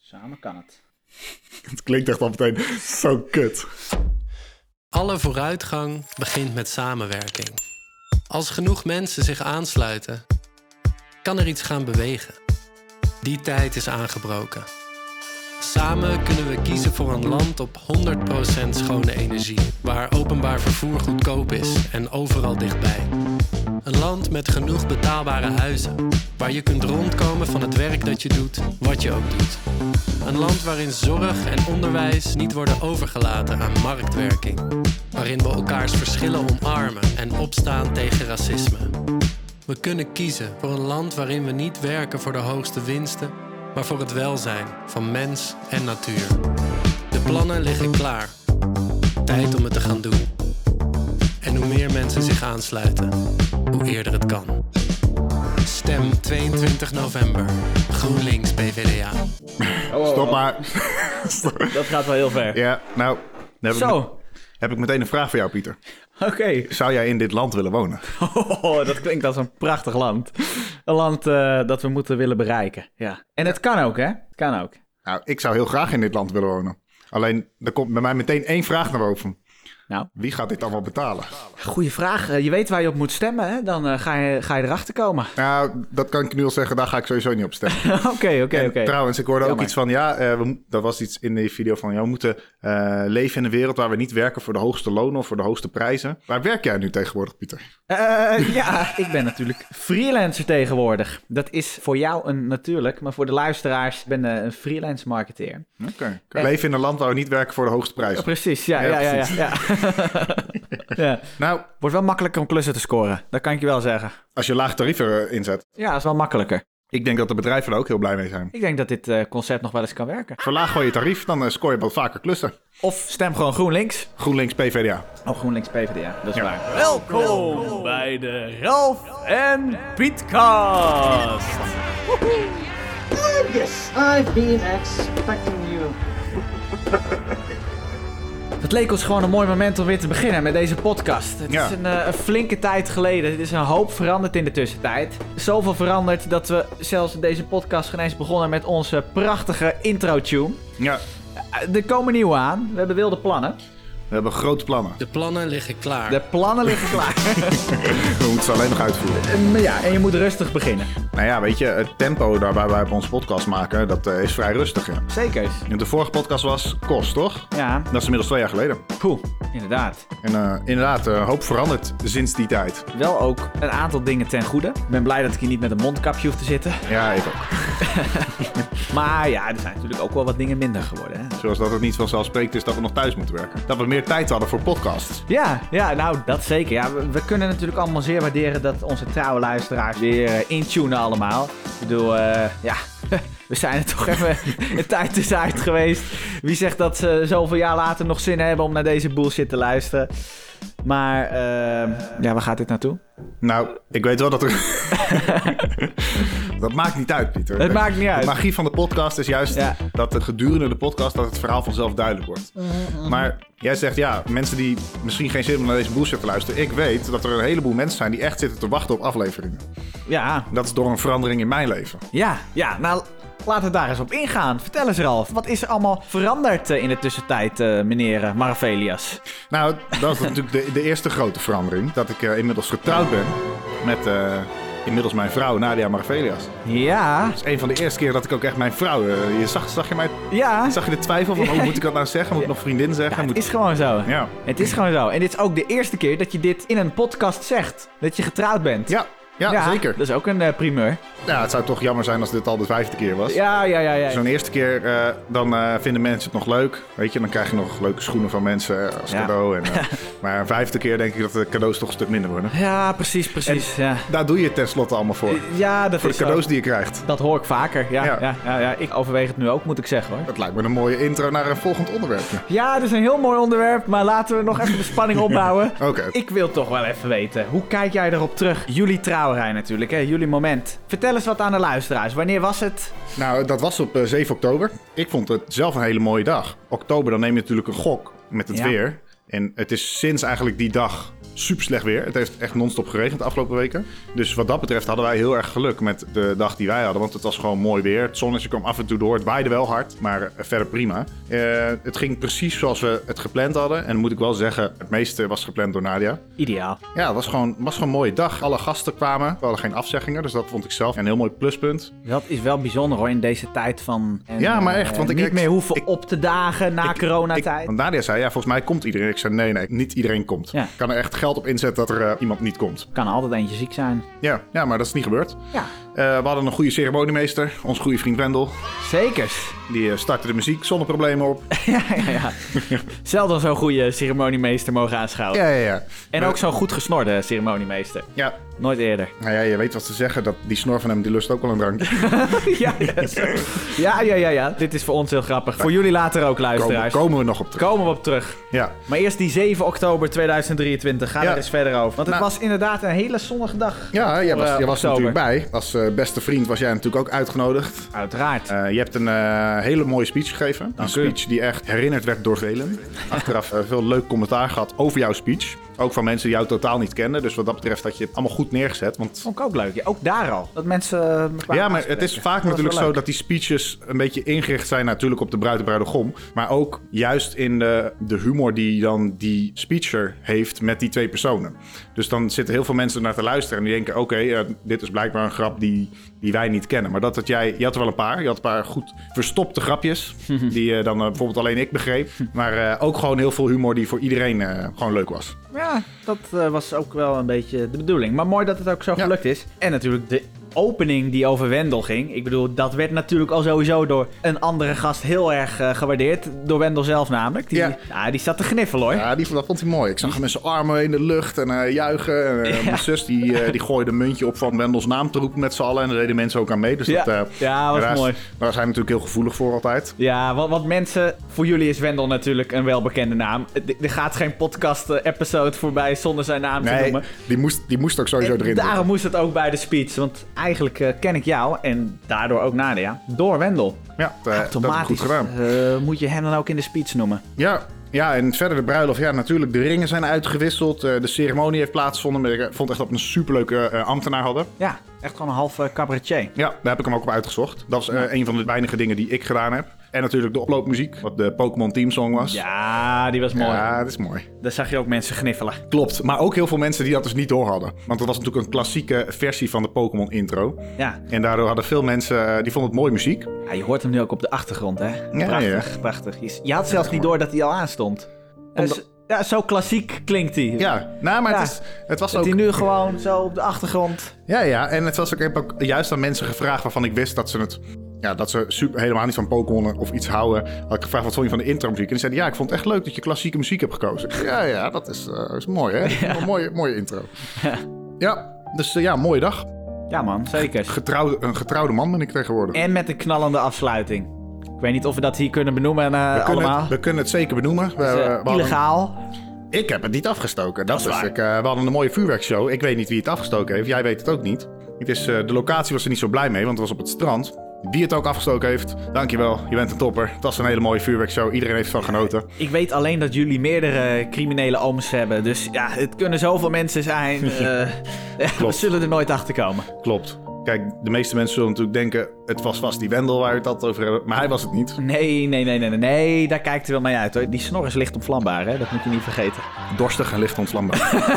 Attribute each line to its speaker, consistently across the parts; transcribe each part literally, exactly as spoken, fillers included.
Speaker 1: Samen kan het.
Speaker 2: Het klinkt echt al meteen zo kut.
Speaker 3: Alle vooruitgang begint met samenwerking. Als genoeg mensen zich aansluiten, kan er iets gaan bewegen. Die tijd is aangebroken. Samen kunnen we kiezen voor een land op honderd procent schone energie, waar openbaar vervoer goedkoop is en overal dichtbij. Een land met genoeg betaalbare huizen, waar je kunt rondkomen van het werk dat je doet, wat je ook doet. Een land waarin zorg en onderwijs niet worden overgelaten aan marktwerking. Waarin we elkaars verschillen omarmen en opstaan tegen racisme. We kunnen kiezen voor een land waarin we niet werken voor de hoogste winsten, maar voor het welzijn van mens en natuur. De plannen liggen klaar. Tijd om het te gaan doen. En hoe meer mensen zich aansluiten, hoe eerder het kan. Stem tweeëntwintig november. GroenLinks P V D A.
Speaker 1: Oh, oh,
Speaker 2: Stop
Speaker 1: oh.
Speaker 2: maar.
Speaker 1: Dat gaat wel heel ver.
Speaker 2: Ja, nou, dan heb ik,
Speaker 1: Zo,
Speaker 2: me- heb ik meteen een vraag voor jou, Pieter.
Speaker 1: oké.
Speaker 2: Zou jij in dit land willen wonen?
Speaker 1: Oh, dat klinkt als een prachtig land. Een land uh, dat we moeten willen bereiken. Ja. En het kan ook, hè? Het kan ook.
Speaker 2: Nou, ik zou heel graag in dit land willen wonen. Alleen, er komt bij mij meteen één vraag naar boven.
Speaker 1: Nou,
Speaker 2: Wie gaat dit allemaal betalen?
Speaker 1: goeie vraag. Uh, je weet waar je op moet stemmen, hè? Dan uh, ga, je, ga je erachter komen.
Speaker 2: Nou, dat kan ik nu al zeggen, daar ga ik sowieso niet op stemmen.
Speaker 1: Oké, oké,
Speaker 2: En
Speaker 1: oké.
Speaker 2: Trouwens, ik hoorde ook
Speaker 1: Jammer.
Speaker 2: iets van, ja, uh, we, mo- dat was iets in die video van, ja, we moeten uh, leven in een wereld waar we niet werken voor de hoogste lonen of voor de hoogste prijzen. Waar werk jij nu tegenwoordig, Pieter?
Speaker 1: Uh, ja, ik ben natuurlijk freelancer tegenwoordig. Dat is voor jou een natuurlijk, maar voor de luisteraars, ik ben uh, een freelance marketeer.
Speaker 2: Oké. Okay. Leven in een land waar we niet werken voor de hoogste
Speaker 1: Ja,
Speaker 2: prijzen.
Speaker 1: precies, ja,
Speaker 2: Ja,
Speaker 1: ja, ja. ja,
Speaker 2: precies.
Speaker 1: ja. ja.
Speaker 2: Nou,
Speaker 1: Wordt wel makkelijker om klussen te scoren, dat kan ik je wel zeggen.
Speaker 2: als je laag tarieven inzet,
Speaker 1: Ja, dat is wel makkelijker.
Speaker 2: ik denk dat de bedrijven er ook heel blij mee zijn.
Speaker 1: Ik denk dat dit uh, concept nog wel eens kan werken.
Speaker 2: Verlaag gewoon je tarief, dan uh, scoor je wat vaker klussen.
Speaker 1: Of stem gewoon GroenLinks.
Speaker 2: GroenLinks P V D A.
Speaker 1: Oh, GroenLinks P V D A, dat is
Speaker 2: Ja.
Speaker 1: waar. Welkom bij de Ralf en Pietcast.
Speaker 4: Yes, I've been expecting you.
Speaker 1: Het leek ons gewoon een mooi moment om weer te beginnen met deze podcast. Het
Speaker 2: Ja.
Speaker 1: is een, uh, een flinke tijd geleden. Het is een hoop veranderd in de tussentijd. Zoveel veranderd dat we zelfs deze podcast geen eens begonnen met onze prachtige intro-tune.
Speaker 2: Ja,
Speaker 1: Uh, er komen nieuwe aan. We hebben wilde plannen.
Speaker 2: we hebben grote plannen.
Speaker 3: De plannen liggen klaar.
Speaker 1: De plannen liggen klaar.
Speaker 2: We moeten ze alleen nog uitvoeren.
Speaker 1: Uh, maar ja, en je moet rustig beginnen.
Speaker 2: Nou ja, weet je, het tempo daar waar wij op onze podcast maken, dat uh, is vrij rustig. Ja.
Speaker 1: Zeker.
Speaker 2: En de vorige podcast was Kost, toch?
Speaker 1: Ja,
Speaker 2: Dat is inmiddels twee jaar geleden.
Speaker 1: poeh, inderdaad.
Speaker 2: En uh, inderdaad, een hoop veranderd sinds die tijd.
Speaker 1: Wel ook een aantal dingen ten goede. Ik ben blij dat ik hier niet met een mondkapje hoef te zitten.
Speaker 2: Ja, ik ook.
Speaker 1: Maar ja, er zijn natuurlijk ook wel wat dingen minder geworden. Hè?
Speaker 2: Zoals dat het niet vanzelfsprekend is dat we nog thuis moeten werken. Dat we meer tijd hadden voor podcasts.
Speaker 1: Ja, ja, nou, dat zeker. Ja, we, we kunnen natuurlijk allemaal zeer waarderen dat onze trouwe luisteraars weer uh, intunen allemaal. Ik bedoel, uh, ja, we zijn er toch even een tijd tussenuit geweest. Wie zegt dat ze zoveel jaar later nog zin hebben om naar deze bullshit te luisteren? Maar, uh, ja, waar gaat dit naartoe?
Speaker 2: Nou, ik weet wel dat er... Dat maakt niet uit, Pieter.
Speaker 1: Het maakt niet uit.
Speaker 2: De magie van de podcast is juist
Speaker 1: Ja.
Speaker 2: dat het gedurende de podcast dat het verhaal vanzelf duidelijk wordt. Maar jij zegt, ja, mensen die misschien geen zin hebben om naar deze bullshit te luisteren. Ik weet dat er een heleboel mensen zijn die echt zitten te wachten op afleveringen.
Speaker 1: Ja,
Speaker 2: Dat is door een verandering in mijn leven.
Speaker 1: ja, ja, nou... Laten we daar eens op ingaan. Vertel eens, Ralf. Wat is er allemaal veranderd uh, in de tussentijd, uh, meneer uh, Maravelias?
Speaker 2: Nou, dat is natuurlijk de, de eerste grote verandering. Dat ik uh, inmiddels getrouwd ben met uh, inmiddels mijn vrouw Nadia Maravelias.
Speaker 1: Ja,
Speaker 2: Dat is een van de eerste keer dat ik ook echt mijn vrouw... Uh, je zag, zag je mij...
Speaker 1: ja.
Speaker 2: Zag je de twijfel van, oh, moet ik dat nou zeggen? Moet ik nog vriendin
Speaker 1: Ja,
Speaker 2: zeggen?
Speaker 1: het
Speaker 2: Moet...
Speaker 1: is gewoon zo.
Speaker 2: Ja.
Speaker 1: Het is gewoon zo. En dit is ook de eerste keer dat je dit in een podcast zegt. Dat je getrouwd bent.
Speaker 2: Ja, ja, zeker.
Speaker 1: Dat is ook een uh, primeur.
Speaker 2: Ja, het zou toch jammer zijn als dit al de vijfde keer was.
Speaker 1: Ja, ja, ja. ja.
Speaker 2: Zo'n eerste keer, uh, dan uh, vinden mensen het nog leuk. Weet je, dan krijg je nog leuke schoenen van mensen als
Speaker 1: Ja.
Speaker 2: cadeau. En, uh, maar een vijfde keer denk ik dat de cadeaus toch een stuk minder worden.
Speaker 1: Ja, precies, precies. Ja,
Speaker 2: Daar doe je het tenslotte allemaal voor.
Speaker 1: ja dat
Speaker 2: Voor
Speaker 1: is
Speaker 2: de cadeaus
Speaker 1: zo.
Speaker 2: die je krijgt.
Speaker 1: Dat hoor ik vaker. Ja, ja.
Speaker 2: Ja.
Speaker 1: Ja, ja, Ik overweeg het nu ook, moet ik zeggen hoor.
Speaker 2: Het lijkt me een mooie intro naar een volgend onderwerpje.
Speaker 1: Ja, dat is een heel mooi onderwerp, maar laten we nog even de spanning opbouwen.
Speaker 2: Oké.
Speaker 1: Ik wil toch wel even weten, hoe kijk jij erop terug? Jullie trouwerij natuurlijk, hè? Jullie moment. Vertel eens wat aan de luisteraars. Wanneer was het?
Speaker 2: Nou, dat was op uh, zeven oktober. Ik vond het zelf een hele mooie dag. Oktober, dan neem je natuurlijk een gok met het
Speaker 1: Ja.
Speaker 2: weer. En het is sinds eigenlijk die dag super slecht weer. Het heeft echt non-stop geregend de afgelopen weken. Dus wat dat betreft hadden wij heel erg geluk met de dag die wij hadden. Want het was gewoon mooi weer. Het zonnetje kwam af en toe door. Het waaide wel hard, maar uh, verder prima. Uh, het ging precies zoals we het gepland hadden. En dan moet ik wel zeggen, het meeste was gepland door Nadia.
Speaker 1: Ideaal.
Speaker 2: Ja, het was gewoon, was gewoon een mooie dag. Alle gasten kwamen. We hadden geen afzeggingen, dus dat vond ik zelf een heel mooi pluspunt.
Speaker 1: Dat is wel bijzonder hoor, in deze tijd van... En,
Speaker 2: ja, maar echt. Want
Speaker 1: uh,
Speaker 2: ik,
Speaker 1: niet
Speaker 2: ik,
Speaker 1: meer hoeven
Speaker 2: ik,
Speaker 1: op te dagen na
Speaker 2: ik,
Speaker 1: coronatijd.
Speaker 2: Ik, want Nadia zei, ja, volgens mij komt iedereen. Ik zei, nee, nee, niet iedereen komt.
Speaker 1: Ja.
Speaker 2: Ik kan er echt geld op inzetten dat er uh, iemand niet komt.
Speaker 1: Kan altijd eentje ziek zijn.
Speaker 2: Ja, ja, maar dat is niet gebeurd.
Speaker 1: Ja.
Speaker 2: Uh, we hadden een goede ceremoniemeester, onze goede vriend Wendel.
Speaker 1: Zekers.
Speaker 2: Die uh, startte de muziek zonder problemen op.
Speaker 1: ja, ja, ja. Zelden zo'n goede ceremoniemeester mogen aanschouwen.
Speaker 2: Ja, ja, ja.
Speaker 1: En
Speaker 2: maar,
Speaker 1: ook zo'n goed gesnorde ceremoniemeester.
Speaker 2: Ja.
Speaker 1: Nooit eerder.
Speaker 2: Nou ja, je weet wat ze zeggen, dat die snor van hem, die lust ook wel een drankje.
Speaker 1: ja, ja, ja, ja, ja, ja. Dit is voor ons heel grappig. Voor jullie later ook, luisteraars.
Speaker 2: Komen, komen we nog op terug.
Speaker 1: Komen we op terug.
Speaker 2: Ja.
Speaker 1: Maar eerst die zeven oktober tweeduizend drieëntwintig. Ga
Speaker 2: ja.
Speaker 1: er eens verder over. Want het
Speaker 2: nou,
Speaker 1: was inderdaad een hele zonnige dag.
Speaker 2: Ja, jij was,
Speaker 1: uh,
Speaker 2: jij was er natuurlijk bij. Als uh, beste vriend was jij natuurlijk ook uitgenodigd.
Speaker 1: Uiteraard.
Speaker 2: Uh, je hebt een uh, hele mooie speech gegeven.
Speaker 1: Dank
Speaker 2: een speech
Speaker 1: u.
Speaker 2: die echt herinnerd werd door velen. Achteraf uh, veel leuk commentaar gehad over jouw speech. Ook van mensen die jou totaal niet kenden. Dus wat dat betreft had je het allemaal goed neergezet. Want...
Speaker 1: Vond ik ook leuk. Ja, ook daar al. Dat mensen...
Speaker 2: Ja, maar het is vaak
Speaker 1: dat
Speaker 2: natuurlijk zo dat die speeches een beetje ingericht zijn natuurlijk op de bruid en bruidegom. Maar ook juist in de, de humor die dan die speecher heeft met die twee personen. Dus dan zitten heel veel mensen naar te luisteren en die denken... oké, okay, uh, dit is blijkbaar een grap die, die wij niet kennen. Maar dat had jij... Je had er wel een paar. Je had een paar goed verstopte grapjes. die uh, dan uh, bijvoorbeeld alleen ik begreep. Maar uh, ook gewoon heel veel humor die voor iedereen uh, gewoon leuk was.
Speaker 1: Ja, dat uh, was ook wel een beetje de bedoeling. Maar mooi dat het ook zo ja. gelukt is. En natuurlijk de opening die over Wendel ging. Ik bedoel, dat werd natuurlijk al sowieso door een andere gast heel erg uh, gewaardeerd. Door Wendel zelf namelijk. Die, ja. Ja, die zat te gniffelen hoor.
Speaker 2: Ja, die, dat vond hij mooi. Ik zag hem met zijn armen in de lucht en uh, juichen. En, uh, ja. Mijn zus die, uh, die gooide een muntje op van Wendels naam te roepen met z'n allen. En daar deden mensen ook aan mee. Dus
Speaker 1: ja,
Speaker 2: dat, uh,
Speaker 1: ja was
Speaker 2: daar
Speaker 1: mooi.
Speaker 2: Is, daar zijn we natuurlijk heel gevoelig voor altijd.
Speaker 1: Ja, want, want mensen... Voor jullie is Wendel natuurlijk een welbekende naam. Er gaat geen podcast-episode voorbij zonder zijn naam
Speaker 2: nee,
Speaker 1: te noemen.
Speaker 2: Die moest, die moest ook sowieso
Speaker 1: en
Speaker 2: erin
Speaker 1: daarom
Speaker 2: zitten.
Speaker 1: moest het ook bij de speech. Want eigenlijk uh, ken ik jou en daardoor ook Nadia. Door Wendel.
Speaker 2: Ja, uh, dat heb ik goed gedaan.
Speaker 1: Uh, moet je hem dan ook in de speech noemen?
Speaker 2: Ja, ja, en verder de bruiloft. Ja, natuurlijk, de ringen zijn uitgewisseld. Uh, de ceremonie heeft plaatsgevonden. Maar ik vond echt dat we een superleuke uh, ambtenaar hadden.
Speaker 1: Ja, echt gewoon een half uh, cabaretier.
Speaker 2: Ja, daar heb ik hem ook op uitgezocht. Dat was uh, ja. een van de weinige dingen die ik gedaan heb. En natuurlijk de oploopmuziek, wat de Pokémon teamsong was.
Speaker 1: Ja, die was mooi.
Speaker 2: Ja, dat is mooi.
Speaker 1: Daar zag je ook mensen gniffelen.
Speaker 2: Klopt, maar ook heel veel mensen die dat dus niet door hadden. Want dat was natuurlijk een klassieke versie van de Pokémon intro.
Speaker 1: Ja.
Speaker 2: En daardoor hadden veel mensen, die vonden het mooi muziek.
Speaker 1: Ja, je hoort hem nu ook op de achtergrond, hè?
Speaker 2: Ja,
Speaker 1: prachtig,
Speaker 2: ja.
Speaker 1: prachtig. Je had zelfs niet door dat hij al aanstond.
Speaker 2: Omdat...
Speaker 1: Dus, ja, zo klassiek klinkt hij.
Speaker 2: Ja, nou, maar ja, het, is, het was
Speaker 1: dat
Speaker 2: ook...
Speaker 1: hij nu gewoon zo op de achtergrond...
Speaker 2: Ja, ja, en het was ook, ik heb ook juist aan mensen gevraagd waarvan ik wist dat ze het... Ja, dat ze super, helemaal niet van Pokémon of iets houden. Had ik gevraagd, wat vond je van de intro-muziek? En die zeiden, ja, ik vond het echt leuk dat je klassieke muziek hebt gekozen. Ja, ja, dat is, uh, is mooi, hè? Ja. Een mooie, mooie intro. Ja, ja dus uh, ja, mooie dag.
Speaker 1: Ja man, zeker.
Speaker 2: Getrouwde, een getrouwde man ben ik tegenwoordig.
Speaker 1: En met een knallende afsluiting. Ik weet niet of we dat hier kunnen benoemen uh,
Speaker 2: we kunnen
Speaker 1: allemaal.
Speaker 2: Het, we kunnen het zeker benoemen. We,
Speaker 1: is, uh,
Speaker 2: we
Speaker 1: illegaal.
Speaker 2: Hadden... Ik heb het niet afgestoken. Dat,
Speaker 1: dat is
Speaker 2: is ik, uh, we hadden een mooie vuurwerkshow. Ik weet niet wie het afgestoken heeft. Jij weet het ook niet. Het is, uh, de locatie was er niet zo blij mee, want het was op het strand. Wie het ook afgestoken heeft, dankjewel. Je bent een topper. Het was een hele mooie vuurwerkshow. Iedereen heeft ervan genoten.
Speaker 1: Ik weet alleen dat jullie meerdere criminele ooms hebben. Dus ja, het kunnen zoveel mensen zijn. Uh, ja, we zullen er nooit achter komen.
Speaker 2: Klopt. Kijk, de meeste mensen zullen natuurlijk denken... het was vast die Wendel waar we het altijd over hebben. Maar hij was het niet.
Speaker 1: Nee, nee, nee, nee, nee. Nee, daar kijkt hij wel mee uit, hoor. Die snor is licht ontvlambaar, hè. Dat moet je niet vergeten.
Speaker 2: Dorstig en licht ontvlambaar.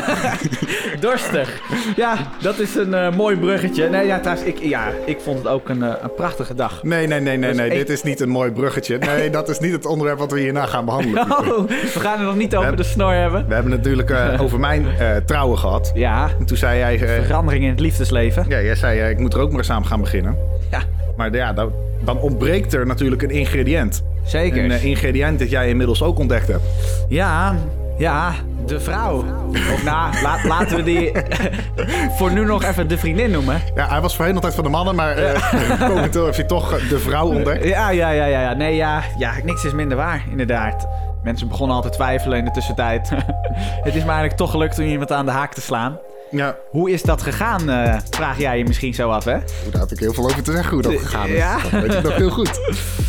Speaker 1: Dorstig. Ja, dat is een uh, mooi bruggetje. Nee, ja, trouwens, ik, ja, ik vond het ook een, uh, een prachtige dag.
Speaker 2: Nee, nee, nee, nee, nee.
Speaker 1: Eén...
Speaker 2: Dit is niet een mooi bruggetje. Nee, dat is niet het onderwerp wat we hierna gaan behandelen.
Speaker 1: Oh, we gaan het nog niet over hebben, de snor hebben.
Speaker 2: We hebben natuurlijk uh, over mijn uh, trouwen gehad.
Speaker 1: Ja.
Speaker 2: En toen zei jij... Uh,
Speaker 1: verandering in het liefdesleven.
Speaker 2: Ja, jij zei, uh, ik moet er ook maar eens aan gaan beginnen.
Speaker 1: Ja.
Speaker 2: Maar ja, dan, dan ontbreekt er natuurlijk een ingrediënt.
Speaker 1: Zeker.
Speaker 2: Een uh, ingrediënt dat jij inmiddels ook ontdekt hebt.
Speaker 1: Ja, ja, de vrouw. Of nou, la, laten we die voor nu nog even de vriendin noemen.
Speaker 2: Ja, hij was voorheen altijd van de mannen, maar uh, momenteel heeft hij toch de vrouw ontdekt.
Speaker 1: Ja, ja, ja, ja, ja. Nee, ja, ja, niks is minder waar, inderdaad. Mensen begonnen altijd twijfelen in de tussentijd. Het is me eigenlijk toch gelukt om iemand aan de haak te slaan.
Speaker 2: Ja.
Speaker 1: Hoe is dat gegaan, uh, vraag jij je misschien zo af, hè?
Speaker 2: Daar heb ik heel veel over te zeggen hoe dat gegaan is.
Speaker 1: Ja?
Speaker 2: Dat weet ik nog heel goed.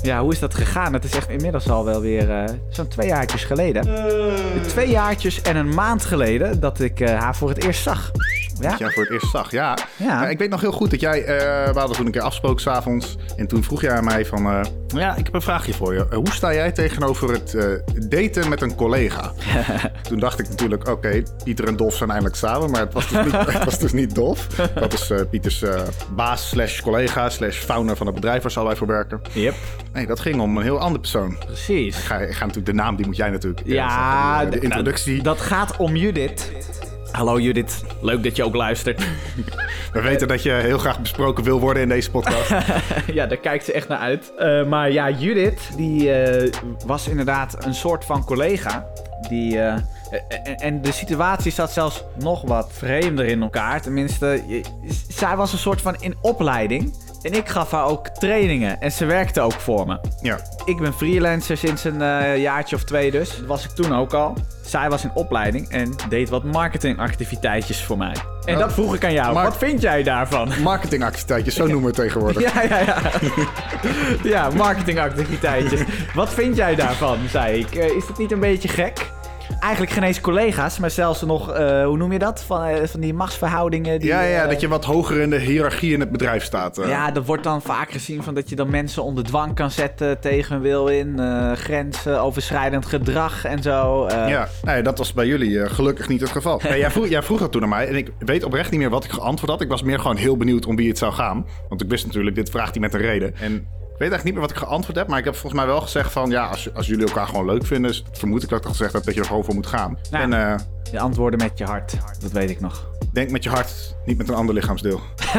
Speaker 1: Ja, hoe is dat gegaan? Het is echt inmiddels al wel weer uh, zo'n twee jaartjes geleden. Uh. Twee jaartjes en een maand geleden dat ik uh, haar voor het eerst zag. Ja.
Speaker 2: Dat jij voor het eerst zag, ja.
Speaker 1: ja.
Speaker 2: ja ik weet nog heel goed dat jij... Uh, we hadden toen een keer afgesproken s'avonds. En toen vroeg jij aan mij van... Uh, ja, ik heb een vraagje voor je. Uh, hoe sta jij tegenover het uh, daten met een collega? Toen dacht ik natuurlijk... Oké, okay, Pieter en Dolf zijn eindelijk samen. Maar het was dus niet, het was dus niet Dolf. Dat is uh, Pieters uh, baas slash collega slash founder van het bedrijf waar ze allebei voor werken.
Speaker 1: Yep.
Speaker 2: Nee, dat ging om een heel andere persoon.
Speaker 1: Precies.
Speaker 2: Ik ga, ik ga natuurlijk de naam, die moet jij natuurlijk...
Speaker 1: Ja,
Speaker 2: zeggen, de, de introductie.
Speaker 1: Dat, dat gaat om Judith. Hallo Judith, leuk dat je ook luistert.
Speaker 2: We weten dat je heel graag besproken wil worden in deze podcast.
Speaker 1: Ja, daar kijkt ze echt naar uit. Uh, maar ja, Judith, die uh, was inderdaad een soort van collega. Die, uh, en, en de situatie zat zelfs nog wat vreemder in elkaar. Tenminste, je, zij was een soort van in opleiding. En ik gaf haar ook trainingen. En ze werkte ook voor me.
Speaker 2: Ja.
Speaker 1: Ik ben freelancer sinds een uh, jaartje of twee dus. Dat was ik toen ook al. Zij was in opleiding en deed wat marketingactiviteitjes voor mij. En oh. dat vroeg ik aan jou. Mar- wat vind jij daarvan?
Speaker 2: Marketingactiviteitjes, zo noemen we het tegenwoordig.
Speaker 1: Ja, ja, ja. Ja, marketingactiviteitjes. Wat vind jij daarvan, zei ik. Uh, is dat niet een beetje gek? Eigenlijk geen eens collega's, maar zelfs nog, uh, hoe noem je dat? Van, uh, van die machtsverhoudingen. Die,
Speaker 2: ja, ja,
Speaker 1: uh,
Speaker 2: dat je wat hoger in de hiërarchie in het bedrijf staat. Uh.
Speaker 1: Ja, dat wordt dan vaak gezien van dat je dan mensen onder dwang kan zetten tegen hun wil in. Uh, grenzen, overschrijdend gedrag en zo. Uh.
Speaker 2: Ja, nee, dat was bij jullie uh, gelukkig niet het geval. Nee, jij, vroeg, jij vroeg dat toen aan mij en ik weet oprecht niet meer wat ik geantwoord had. Ik was meer gewoon heel benieuwd om wie het zou gaan. Want ik wist natuurlijk, dit vraagt hij met een reden. En... Ik weet eigenlijk niet meer wat ik geantwoord heb, maar ik heb volgens mij wel gezegd van... ja, als, als jullie elkaar gewoon leuk vinden, dus vermoed ik dat ik gezegd heb dat je er gewoon voor moet gaan.
Speaker 1: Nou, en, uh, je antwoorden met je hart, dat weet ik nog.
Speaker 2: Denk met je hart, niet met een ander lichaamsdeel.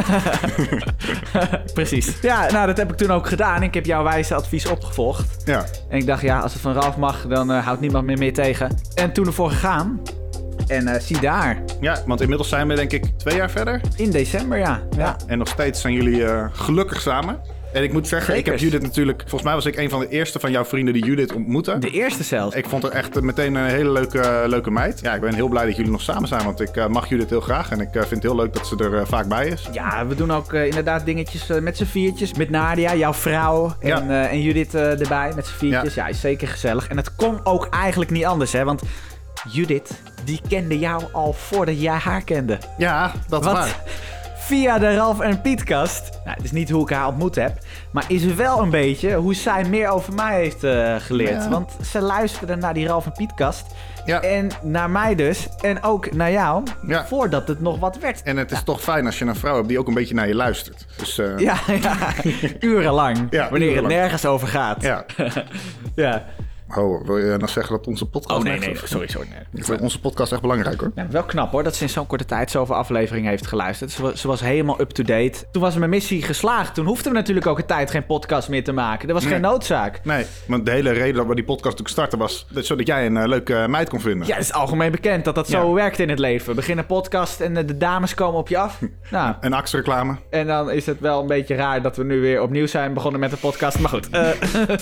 Speaker 1: Precies. Ja, nou dat heb ik toen ook gedaan. Ik heb jouw wijze advies opgevolgd.
Speaker 2: Ja.
Speaker 1: En ik dacht, ja, als het van Ralf mag, dan uh, houdt niemand meer meer tegen. En toen ervoor gegaan. En uh, zie daar.
Speaker 2: Ja, want inmiddels zijn we denk ik twee jaar verder.
Speaker 1: In december, ja. ja.
Speaker 2: ja. En nog steeds zijn jullie uh, gelukkig samen. En ik moet zeggen, Zekers. ik heb Judith natuurlijk... Volgens mij was ik een van de eerste van jouw vrienden die Judith ontmoette.
Speaker 1: De eerste zelfs.
Speaker 2: Ik vond het echt meteen een hele leuke, leuke meid. Ja, ik ben heel blij dat jullie nog samen zijn, want ik uh, mag Judith heel graag. En ik uh, vind het heel leuk dat ze er uh, vaak bij is.
Speaker 1: Ja, we doen ook uh, inderdaad dingetjes uh, met z'n viertjes. Met Nadia, jouw vrouw. En, ja. uh, en Judith uh, erbij met z'n viertjes. Ja. ja, is zeker gezellig. En het kon ook eigenlijk niet anders, hè. Want Judith, die kende jou al voordat jij haar kende.
Speaker 2: Ja, dat is
Speaker 1: Want...
Speaker 2: waar.
Speaker 1: Via de Ralf en Pietkast. Nou, het is niet hoe ik haar ontmoet heb. Maar is wel een beetje hoe zij meer over mij heeft uh, geleerd. Ja. Want ze luisterde naar die Ralf en Pietkast. Ja. En naar mij dus. En ook naar jou. Ja. Voordat het nog wat werd.
Speaker 2: En het is
Speaker 1: ja.
Speaker 2: toch fijn als je een vrouw hebt die ook een beetje naar je luistert. Dus, uh...
Speaker 1: ja, ja, urenlang.
Speaker 2: Ja,
Speaker 1: wanneer
Speaker 2: urenlang.
Speaker 1: het nergens over gaat.
Speaker 2: Ja.
Speaker 1: Ja.
Speaker 2: Oh, wil je nou zeggen dat onze podcast...
Speaker 1: Oh nee, nee, sorry, sorry. Nee.
Speaker 2: Ik vind onze podcast echt belangrijk hoor.
Speaker 1: Ja, wel knap hoor, dat ze in zo'n korte tijd zoveel afleveringen heeft geluisterd. Ze was, ze was helemaal up-to-date. Toen was mijn missie geslaagd. Toen hoefden we natuurlijk ook een tijd geen podcast meer te maken. Er was nee. geen noodzaak.
Speaker 2: Nee, want de hele reden dat we die podcast natuurlijk starten was... zodat jij een uh, leuke meid kon vinden.
Speaker 1: Ja, het is algemeen bekend dat dat ja. zo werkt in het leven. We beginnen een podcast en de dames komen op je af. Nou,
Speaker 2: een Axe-reclame.
Speaker 1: En dan is het wel een beetje raar dat we nu weer opnieuw zijn begonnen met de podcast. Maar goed. Uh,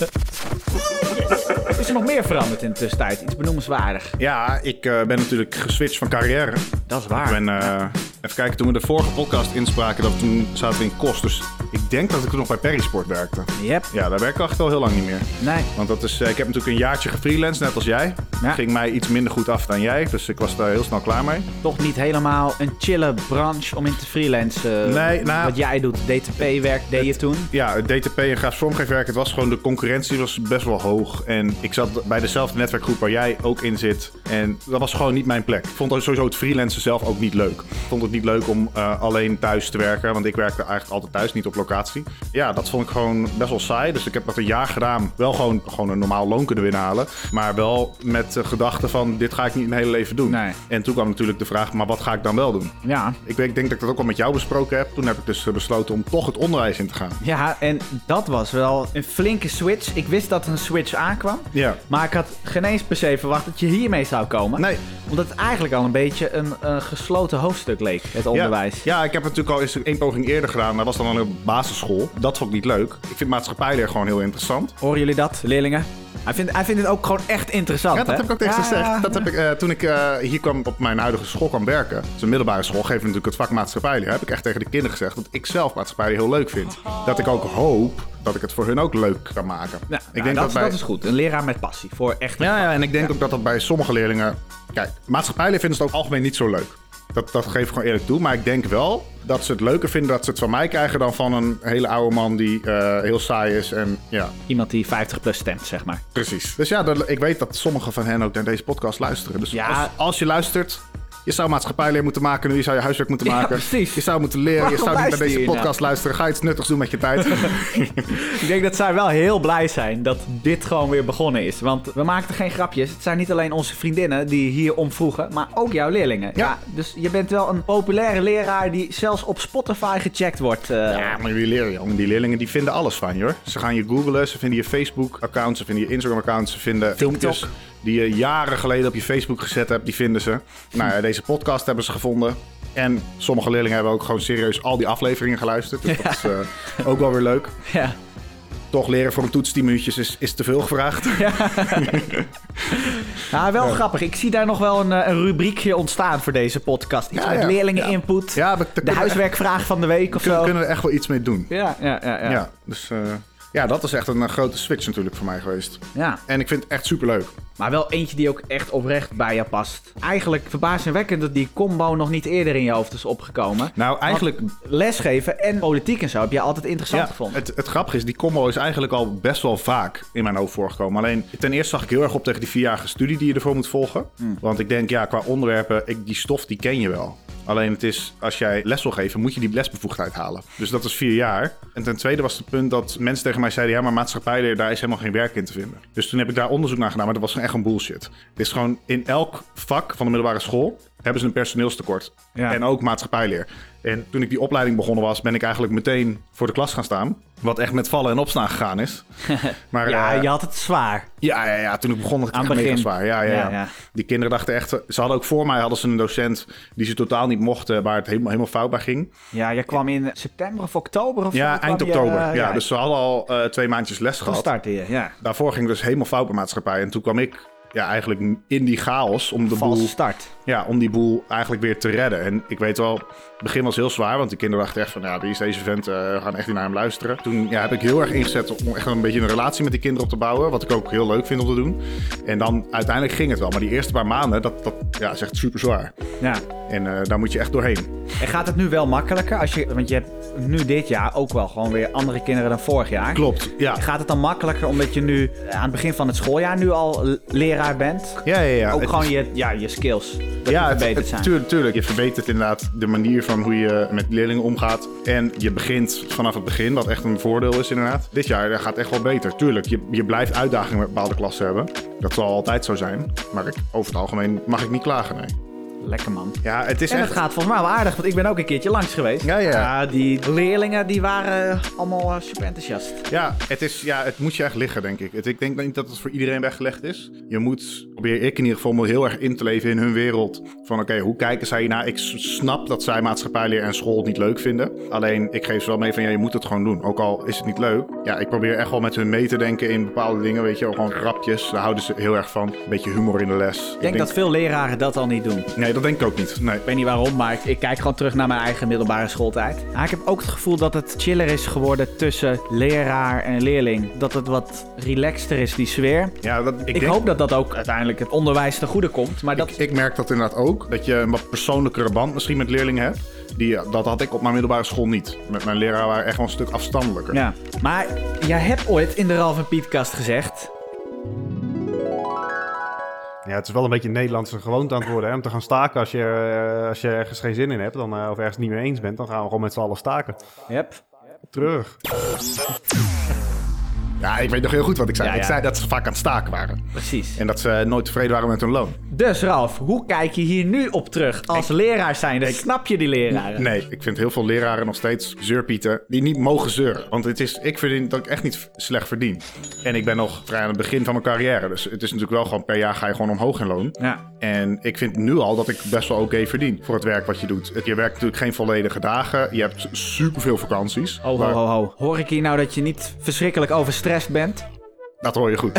Speaker 1: is er nog meer veranderd in de tussentijd? Iets benoemenswaardig?
Speaker 2: Ja, ik uh, ben natuurlijk geswitcht van carrière.
Speaker 1: Dat is waar.
Speaker 2: Ik ben, uh, even kijken, toen we de vorige podcast inspraken, dat toen zaten we in Kost. Dus ik denk dat ik toen nog bij Perisport werkte.
Speaker 1: Yep.
Speaker 2: Ja, daar werk ik echt al heel lang niet meer.
Speaker 1: Nee.
Speaker 2: Want dat is, uh, ik heb natuurlijk een jaartje gefreelanced, net als jij. Ja. Ging mij iets minder goed af dan jij, dus ik was daar heel snel klaar mee.
Speaker 1: Toch niet helemaal een chille branche om in te freelancen. Uh,
Speaker 2: nee, nou...
Speaker 1: Wat jij doet, D T P-werk deed je toen?
Speaker 2: Ja, het D T P en grafisch vormgeefwerk, het was gewoon, de concurrentie was best wel hoog. En ik zat bij dezelfde netwerkgroep waar jij ook in zit. En dat was gewoon niet mijn plek. Ik vond sowieso het freelancen zelf ook niet leuk. Ik vond het niet leuk om uh, alleen thuis te werken, want ik werkte eigenlijk altijd thuis, niet op locatie. Ja, dat vond ik gewoon best wel saai. Dus ik heb dat een jaar gedaan. Wel gewoon, gewoon een normaal loon kunnen binnenhalen. Maar wel met de gedachte van, dit ga ik niet mijn hele leven doen.
Speaker 1: Nee.
Speaker 2: En toen kwam natuurlijk de vraag, maar wat ga ik dan wel doen?
Speaker 1: Ja.
Speaker 2: Ik, ik denk dat ik dat ook al met jou besproken heb. Toen heb ik dus besloten om toch het onderwijs in te gaan.
Speaker 1: Ja, en dat was wel een flinke switch. Ik wist dat er een switch aankwam.
Speaker 2: Ja.
Speaker 1: Maar ik had geen eens per se verwacht dat je hiermee zou komen.
Speaker 2: Nee.
Speaker 1: Omdat het eigenlijk al een beetje een, een gesloten hoofdstuk leek, het onderwijs.
Speaker 2: Ja, ja, ik heb het natuurlijk al eens één poging eerder gedaan. Dat was dan al een basisschool. Dat vond ik niet leuk. Ik vind maatschappijleer gewoon heel interessant.
Speaker 1: Horen jullie dat, leerlingen? Hij vindt, hij vindt het ook gewoon echt interessant,
Speaker 2: Ja, dat
Speaker 1: hè?
Speaker 2: heb ik ook tegen
Speaker 1: ja.
Speaker 2: gezegd. Dat heb ik, uh, toen ik uh, hier kwam op mijn huidige school kwam werken. Het is een middelbare school, geven natuurlijk het vak maatschappijleer. Heb ik echt tegen de kinderen gezegd dat ik zelf maatschappijleer heel leuk vind. Dat ik ook hoop dat ik het voor hun ook leuk kan maken.
Speaker 1: Ja,
Speaker 2: ik
Speaker 1: nou,
Speaker 2: denk
Speaker 1: dat,
Speaker 2: dat, bij...
Speaker 1: dat is goed. Een leraar met passie voor echt.
Speaker 2: Ja, ja, en ik denk ook dat dat bij sommige leerlingen... Kijk, maatschappijleer vinden ze het ook algemeen niet zo leuk. Dat, dat geef ik gewoon eerlijk toe. Maar ik denk wel dat ze het leuker vinden dat ze het van mij krijgen... dan van een hele oude man die uh, heel saai is. En, ja.
Speaker 1: Iemand die vijftig plus stemt, zeg maar.
Speaker 2: Precies. Dus ja, dat, ik weet dat sommige van hen ook naar deze podcast luisteren. Dus
Speaker 1: ja.
Speaker 2: als, als je luistert... Je zou maatschappijleer moeten maken nu, je zou je huiswerk moeten maken.
Speaker 1: Ja, precies.
Speaker 2: Je zou moeten leren,
Speaker 1: Waarom
Speaker 2: je zou niet naar deze
Speaker 1: luister je
Speaker 2: podcast
Speaker 1: nou?
Speaker 2: luisteren. Ga iets nuttigs doen met je tijd.
Speaker 1: Ik denk dat zij wel heel blij zijn dat dit gewoon weer begonnen is. Want we maken geen grapjes. Het zijn niet alleen onze vriendinnen die hier om vroegen, maar ook jouw leerlingen. Ja. Ja, dus je bent wel een populaire leraar die zelfs op Spotify gecheckt wordt. Uh...
Speaker 2: Ja, maar die leerlingen, die leerlingen die vinden alles van je hoor. Ze gaan je googlen, ze vinden je Facebook-account, ze vinden je Instagram-account, ze vinden filmpjes die je jaren geleden op je Facebook gezet hebt, die vinden ze. Nou ja, deze podcast hebben ze gevonden. En sommige leerlingen hebben ook gewoon serieus al die afleveringen geluisterd. Dus ja. Dat is uh, ook wel weer leuk.
Speaker 1: Ja.
Speaker 2: Toch leren voor een toets tien minuutjes is, is te veel gevraagd.
Speaker 1: Ja. Nou, wel ja. grappig. Ik zie daar nog wel een, een rubriekje ontstaan voor deze podcast. Iets ja, met ja. leerlingen ja. input. Ja, de, de huiswerkvraag echt, van de week of
Speaker 2: kunnen,
Speaker 1: zo.
Speaker 2: Kunnen we echt wel iets mee doen.
Speaker 1: Ja, ja, ja. ja.
Speaker 2: ja dus... Uh, Ja, dat is echt een uh, grote switch natuurlijk voor mij geweest.
Speaker 1: Ja.
Speaker 2: En ik vind het echt superleuk.
Speaker 1: Maar wel eentje die ook echt oprecht bij je past. Eigenlijk verbazingwekkend dat die combo nog niet eerder in je hoofd is opgekomen.
Speaker 2: Nou, eigenlijk...
Speaker 1: Want lesgeven en politiek en zo heb je altijd interessant
Speaker 2: ja,
Speaker 1: gevonden.
Speaker 2: Het, het grappige is, die combo is eigenlijk al best wel vaak in mijn hoofd voorgekomen. Alleen, ten eerste zag ik heel erg op tegen die vierjarige studie die je ervoor moet volgen. Hmm. Want ik denk, ja, qua onderwerpen, ik, die stof die ken je wel. Alleen het is, als jij les wil geven, moet je die lesbevoegdheid halen. Dus dat is vier jaar. En ten tweede was het punt dat mensen tegen mij zeiden... ja, maar maatschappijleer, daar is helemaal geen werk in te vinden. Dus toen heb ik daar onderzoek naar gedaan, maar dat was echt een bullshit. Het is gewoon in elk vak van de middelbare school... hebben ze een personeelstekort. Ja. En ook maatschappijleer. En toen ik die opleiding begonnen was, ben ik eigenlijk meteen voor de klas gaan staan. Wat echt met vallen en opstaan gegaan is. Maar,
Speaker 1: ja,
Speaker 2: uh,
Speaker 1: je had het zwaar.
Speaker 2: Ja, ja, ja, toen ik begon had ik het echt mega zwaar. Ja, ja, ja. Ja, ja. Die kinderen dachten echt... Ze hadden ook voor mij hadden ze een docent die ze totaal niet mochten... waar het helemaal, helemaal fout bij ging.
Speaker 1: Ja, jij kwam in september of oktober of
Speaker 2: Ja,
Speaker 1: zo,
Speaker 2: eind
Speaker 1: je,
Speaker 2: oktober.
Speaker 1: Uh,
Speaker 2: ja,
Speaker 1: ja,
Speaker 2: dus ze hadden al uh, twee maandjes les gehad.
Speaker 1: Van start hier, ja.
Speaker 2: Daarvoor ging het dus helemaal fout bij maatschappij. En toen kwam ik... Ja, eigenlijk in die chaos om de
Speaker 1: Valse
Speaker 2: boel...
Speaker 1: start.
Speaker 2: Ja, om die boel eigenlijk weer te redden. En ik weet wel, het begin was heel zwaar, want de kinderen dachten echt van... ja, die is deze vent, uh, we gaan echt niet naar hem luisteren. Toen ja, heb ik heel erg ingezet om echt een beetje een relatie met die kinderen op te bouwen. Wat ik ook heel leuk vind om te doen. En dan uiteindelijk ging het wel. Maar die eerste paar maanden, dat, dat ja, is echt super zwaar.
Speaker 1: Ja.
Speaker 2: En uh, daar moet je echt doorheen.
Speaker 1: En gaat het nu wel makkelijker? Als je, want je hebt nu dit jaar ook wel gewoon weer andere kinderen dan vorig jaar.
Speaker 2: Klopt, ja.
Speaker 1: Gaat het dan makkelijker omdat je nu aan het begin van het schooljaar nu al leraar bent?
Speaker 2: Ja, ja, ja.
Speaker 1: Ook
Speaker 2: het
Speaker 1: gewoon
Speaker 2: is...
Speaker 1: je, ja, je skills. Dat
Speaker 2: ja,
Speaker 1: verbeterd
Speaker 2: het,
Speaker 1: zijn.
Speaker 2: Het, tuurlijk, tuurlijk. Je verbetert inderdaad de manier van hoe je met leerlingen omgaat. En je begint vanaf het begin, wat echt een voordeel is inderdaad. Dit jaar gaat echt wel beter. Tuurlijk, je, je blijft uitdagingen met bepaalde klassen hebben. Dat zal altijd zo zijn. Maar ik, over het algemeen mag ik niet klagen, nee.
Speaker 1: Lekker man.
Speaker 2: Ja, het is
Speaker 1: en
Speaker 2: echt...
Speaker 1: het gaat volgens mij wel aardig, want ik ben ook een keertje langs geweest.
Speaker 2: Ja, ja.
Speaker 1: ja die leerlingen die waren allemaal uh, super enthousiast.
Speaker 2: Ja het, is, ja, het moet je echt liggen, denk ik. Het, ik denk niet dat het voor iedereen weggelegd is. Je moet, probeer ik in ieder geval, me heel erg in te leven in hun wereld. Van oké, okay, hoe kijken zij hiernaar? Ik snap dat zij maatschappijleer en school niet leuk vinden. Alleen, ik geef ze wel mee van, ja, je moet het gewoon doen. Ook al is het niet leuk. Ja, ik probeer echt wel met hun mee te denken in bepaalde dingen, weet je. Gewoon grapjes, daar houden ze heel erg van. Een beetje humor in de les.
Speaker 1: Ik denk,
Speaker 2: ik denk
Speaker 1: dat veel leraren dat al niet doen.
Speaker 2: Nee, dat denk ik ook niet. Nee.
Speaker 1: Ik weet niet waarom, maar ik, ik kijk gewoon terug naar mijn eigen middelbare schooltijd. Maar ik heb ook het gevoel dat het chiller is geworden tussen leraar en leerling. Dat het wat relaxter is, die sfeer.
Speaker 2: Ja, dat, ik
Speaker 1: ik
Speaker 2: denk...
Speaker 1: hoop dat dat ook uiteindelijk het onderwijs ten goede komt. Maar dat...
Speaker 2: ik, ik merk dat inderdaad ook. Dat je een wat persoonlijkere band misschien met leerlingen hebt. Die, dat had ik op mijn middelbare school niet. Met mijn leraar waren echt wel een stuk afstandelijker.
Speaker 1: Ja, maar jij hebt ooit in de Ralf en Pietkast gezegd...
Speaker 5: Ja, het is wel een beetje een Nederlandse gewoonte aan het worden, hè? Om te gaan staken als je, uh, als je ergens geen zin in hebt, dan, uh, of ergens niet mee eens bent, dan gaan we gewoon met z'n allen staken.
Speaker 1: Yep.
Speaker 5: Terug.
Speaker 2: Ja, ik weet nog heel goed wat ik zei.
Speaker 1: Ja, ja.
Speaker 2: Ik zei dat ze vaak aan het staken waren.
Speaker 1: Precies.
Speaker 2: En dat ze nooit tevreden waren met hun loon.
Speaker 1: Dus Ralf, hoe kijk je hier nu op terug? Als ik, leraar zijnde, ik, snap je die leraren?
Speaker 2: Nee, ik vind heel veel leraren nog steeds zeurpieten die niet mogen zeuren. Want het is, ik vind dat ik echt niet slecht verdien. En ik ben nog vrij aan het begin van mijn carrière. Dus het is natuurlijk wel gewoon per jaar ga je gewoon omhoog in loon.
Speaker 1: Ja.
Speaker 2: En ik vind nu al dat ik best wel oké verdien voor het werk wat je doet. Je werkt natuurlijk geen volledige dagen. Je hebt superveel vakanties.
Speaker 1: Ho, ho, ho, ho. Hoor ik hier nou dat je niet verschrikkelijk overstrest bent?
Speaker 2: Dat hoor je goed.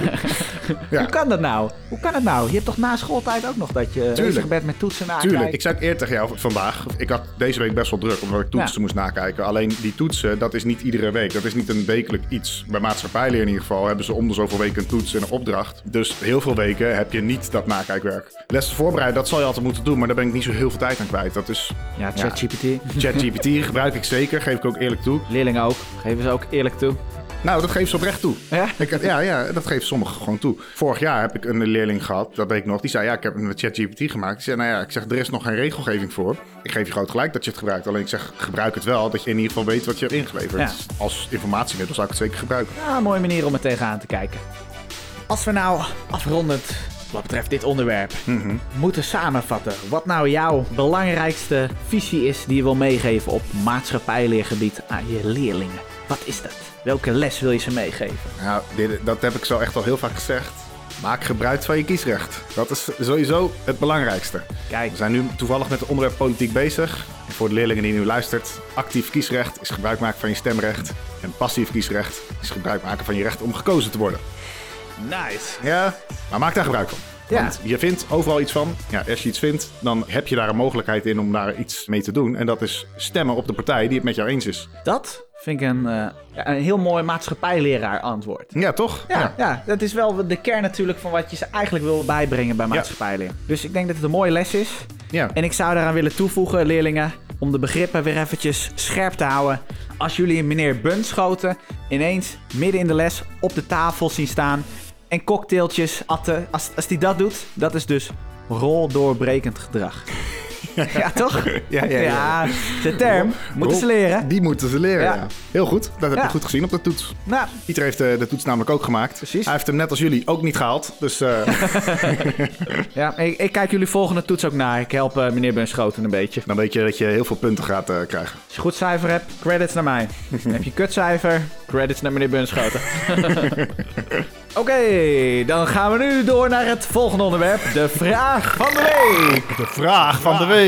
Speaker 2: Ja.
Speaker 1: Hoe kan dat nou? Hoe kan het nou? Je hebt toch na schooltijd ook nog dat je bezig bent met toetsen nakijken?
Speaker 2: Tuurlijk. Ik zei het eerder tegen jou vandaag. Ik had deze week best wel druk, omdat ik toetsen ja. moest nakijken. Alleen die toetsen, dat is niet iedere week. Dat is niet een wekelijk iets. Bij maatschappijleer in ieder geval hebben ze om de zoveel weken een toets en een opdracht. Dus heel veel weken heb je niet dat nakijkwerk. Lessen voorbereiden, dat zal je altijd moeten doen, maar daar ben ik niet zo heel veel tijd aan kwijt. Dat is...
Speaker 1: Ja, ChatGPT.
Speaker 2: Ja, ChatGPT gebruik ik zeker, geef ik ook eerlijk toe.
Speaker 1: Leerlingen ook, geven ze ook eerlijk toe.
Speaker 2: Nou, dat geeft ze oprecht toe.
Speaker 1: Ja?
Speaker 2: Ik, ja, ja, dat geeft sommigen gewoon toe. Vorig jaar heb ik een leerling gehad, dat weet ik nog. Die zei, ja, ik heb een ChatGPT gemaakt. Die zei, nou ja, ik zeg, er is nog geen regelgeving voor. Ik geef je groot gelijk dat je het gebruikt. Alleen ik zeg, gebruik het wel, dat je in ieder geval weet wat je hebt ingeleverd.
Speaker 1: Ja.
Speaker 2: Als informatiemiddel zou ik het zeker gebruiken.
Speaker 1: Ja, een mooie manier om er tegenaan te kijken. Als we nou afrondend, wat betreft dit onderwerp,
Speaker 2: Mm-hmm.
Speaker 1: moeten samenvatten wat nou jouw belangrijkste visie is die je wil meegeven op maatschappijleergebied aan je leerlingen. Wat is dat? Welke les wil je ze meegeven?
Speaker 2: Nou, dit, dat heb ik zo echt al heel vaak gezegd. Maak gebruik van je kiesrecht. Dat is sowieso het belangrijkste.
Speaker 1: Kijk.
Speaker 2: We zijn nu toevallig met het onderwerp politiek bezig. En voor de leerlingen die nu luistert, actief kiesrecht is gebruik maken van je stemrecht. En passief kiesrecht is gebruik maken van je recht om gekozen te worden.
Speaker 1: Nice.
Speaker 2: Ja, maar maak daar gebruik van.
Speaker 1: Ja.
Speaker 2: Want je vindt overal iets van. Ja, als je iets vindt, dan heb je daar een mogelijkheid in om daar iets mee te doen. En dat is stemmen op de partij die het met jou eens is.
Speaker 1: Dat vind ik een, uh, ja, een heel mooi maatschappijleraar antwoord.
Speaker 2: Ja, toch?
Speaker 1: Ja, ja. ja, dat is wel de kern natuurlijk van wat je ze eigenlijk wil bijbrengen bij maatschappijleer. Ja. Dus ik denk dat het een mooie les is.
Speaker 2: Ja.
Speaker 1: En ik zou daaraan willen toevoegen, leerlingen, om de begrippen weer eventjes scherp te houden. Als jullie meneer Bunschoten ineens midden in de les op de tafel zien staan en cocktailtjes atten, als, als die dat doet, dat is dus roldoorbrekend gedrag. Ja, toch?
Speaker 2: Ja, ja, ja.
Speaker 1: Ja, de term. Moeten ze leren.
Speaker 2: Die moeten ze leren, ja. ja. Heel goed. Dat heb
Speaker 1: Ja.
Speaker 2: je goed gezien op de toets.
Speaker 1: Nou,
Speaker 2: Pieter heeft de, de toets namelijk ook gemaakt.
Speaker 1: Precies.
Speaker 2: Hij heeft hem net als jullie ook niet gehaald. Dus uh...
Speaker 1: ja, ik, ik kijk jullie volgende toets ook naar. Ik help uh, meneer Bunschoten een beetje.
Speaker 2: dan weet je dat je heel veel punten gaat uh, krijgen.
Speaker 1: Als je goed cijfer hebt, credits naar mij. Heb je kutcijfer, credits naar meneer Bunschoten. Oké, okay, dan gaan we nu door naar het volgende onderwerp. De vraag van de week.
Speaker 2: De vraag van de week.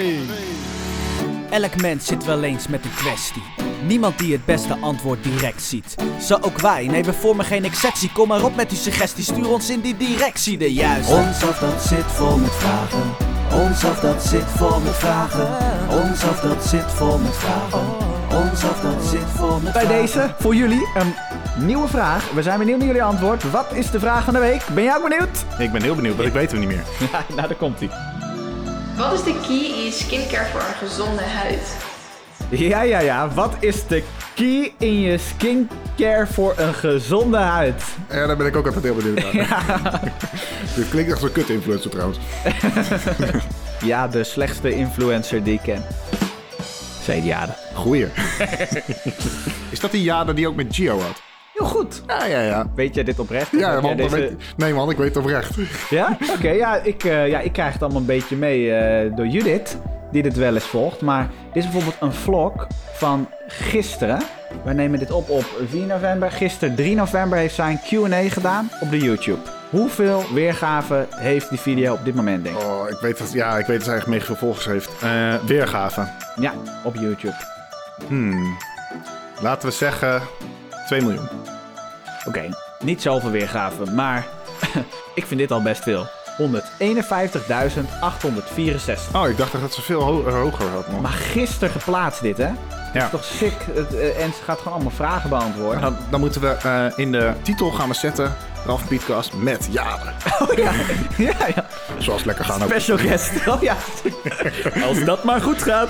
Speaker 6: Elk mens zit wel eens met een kwestie. Niemand die het beste antwoord direct ziet. Zo ook wij, nee we vormen geen exceptie. Kom maar op met uw suggestie, stuur ons in die directie de juiste. Ons af dat zit vol met vragen. Ons af dat zit vol met vragen. Ons af dat zit vol met vragen. Ons af dat zit vol met
Speaker 1: Bij
Speaker 6: vragen.
Speaker 1: deze, voor jullie, een nieuwe vraag. We zijn benieuwd naar jullie antwoord. Wat is de vraag van de week? Ben jij ook benieuwd?
Speaker 2: Ik ben heel benieuwd, want ik weet hem niet meer.
Speaker 1: Ja, nou, daar komt ie.
Speaker 7: Wat is de key in je skincare voor een gezonde huid?
Speaker 1: Ja, ja, ja. Wat is de key in je skincare voor een gezonde huid?
Speaker 2: Ja, daar ben ik ook altijd heel benieuwd naar. Ja. Dit klinkt echt zo'n kut-influencer trouwens.
Speaker 1: Ja, de slechtste influencer die ik ken. Zei Jade.
Speaker 2: Goeie. Is dat die Jade die ook met Gio had?
Speaker 1: Heel goed.
Speaker 2: Ja, ja, ja.
Speaker 1: Weet jij dit oprecht?
Speaker 2: Ja,
Speaker 1: Heb
Speaker 2: man,
Speaker 1: jij
Speaker 2: dat weet... Nee man, ik weet het oprecht.
Speaker 1: Ja? Oké, okay, ja, ik, uh, ja, ik krijg het allemaal een beetje mee uh, door Judith, die dit wel eens volgt. Maar dit is bijvoorbeeld een vlog van gisteren. Wij nemen dit op op vier november. Gisteren drie november heeft zij een Q en A gedaan op de YouTube. Hoeveel weergaven heeft die video op dit moment, denk ik?
Speaker 2: Oh, ik weet dat, ja, ik weet dat zij echt mega veel volgers heeft. Uh, weergaven.
Speaker 1: Ja, op YouTube.
Speaker 2: Hmm. Laten we zeggen twee miljoen.
Speaker 1: Oké, okay, niet zoveel weergaven, maar ik vind dit al best veel. honderdeenenvijftigduizend achthonderdvierenzestig.
Speaker 2: Oh, ik dacht dat ze veel ho- hoger had, man.
Speaker 1: Maar gisteren geplaatst dit, hè? Dat
Speaker 2: ja.
Speaker 1: is toch sick? Uh, en ze gaat gewoon allemaal vragen beantwoorden.
Speaker 2: Dan, dan moeten we uh, in de titel gaan we zetten... Ralf Pietcast met Jade.
Speaker 1: Oh ja, ja, ja.
Speaker 2: Zoals lekker gaan ook.
Speaker 1: Special guest. Oh ja. Als dat maar goed gaat.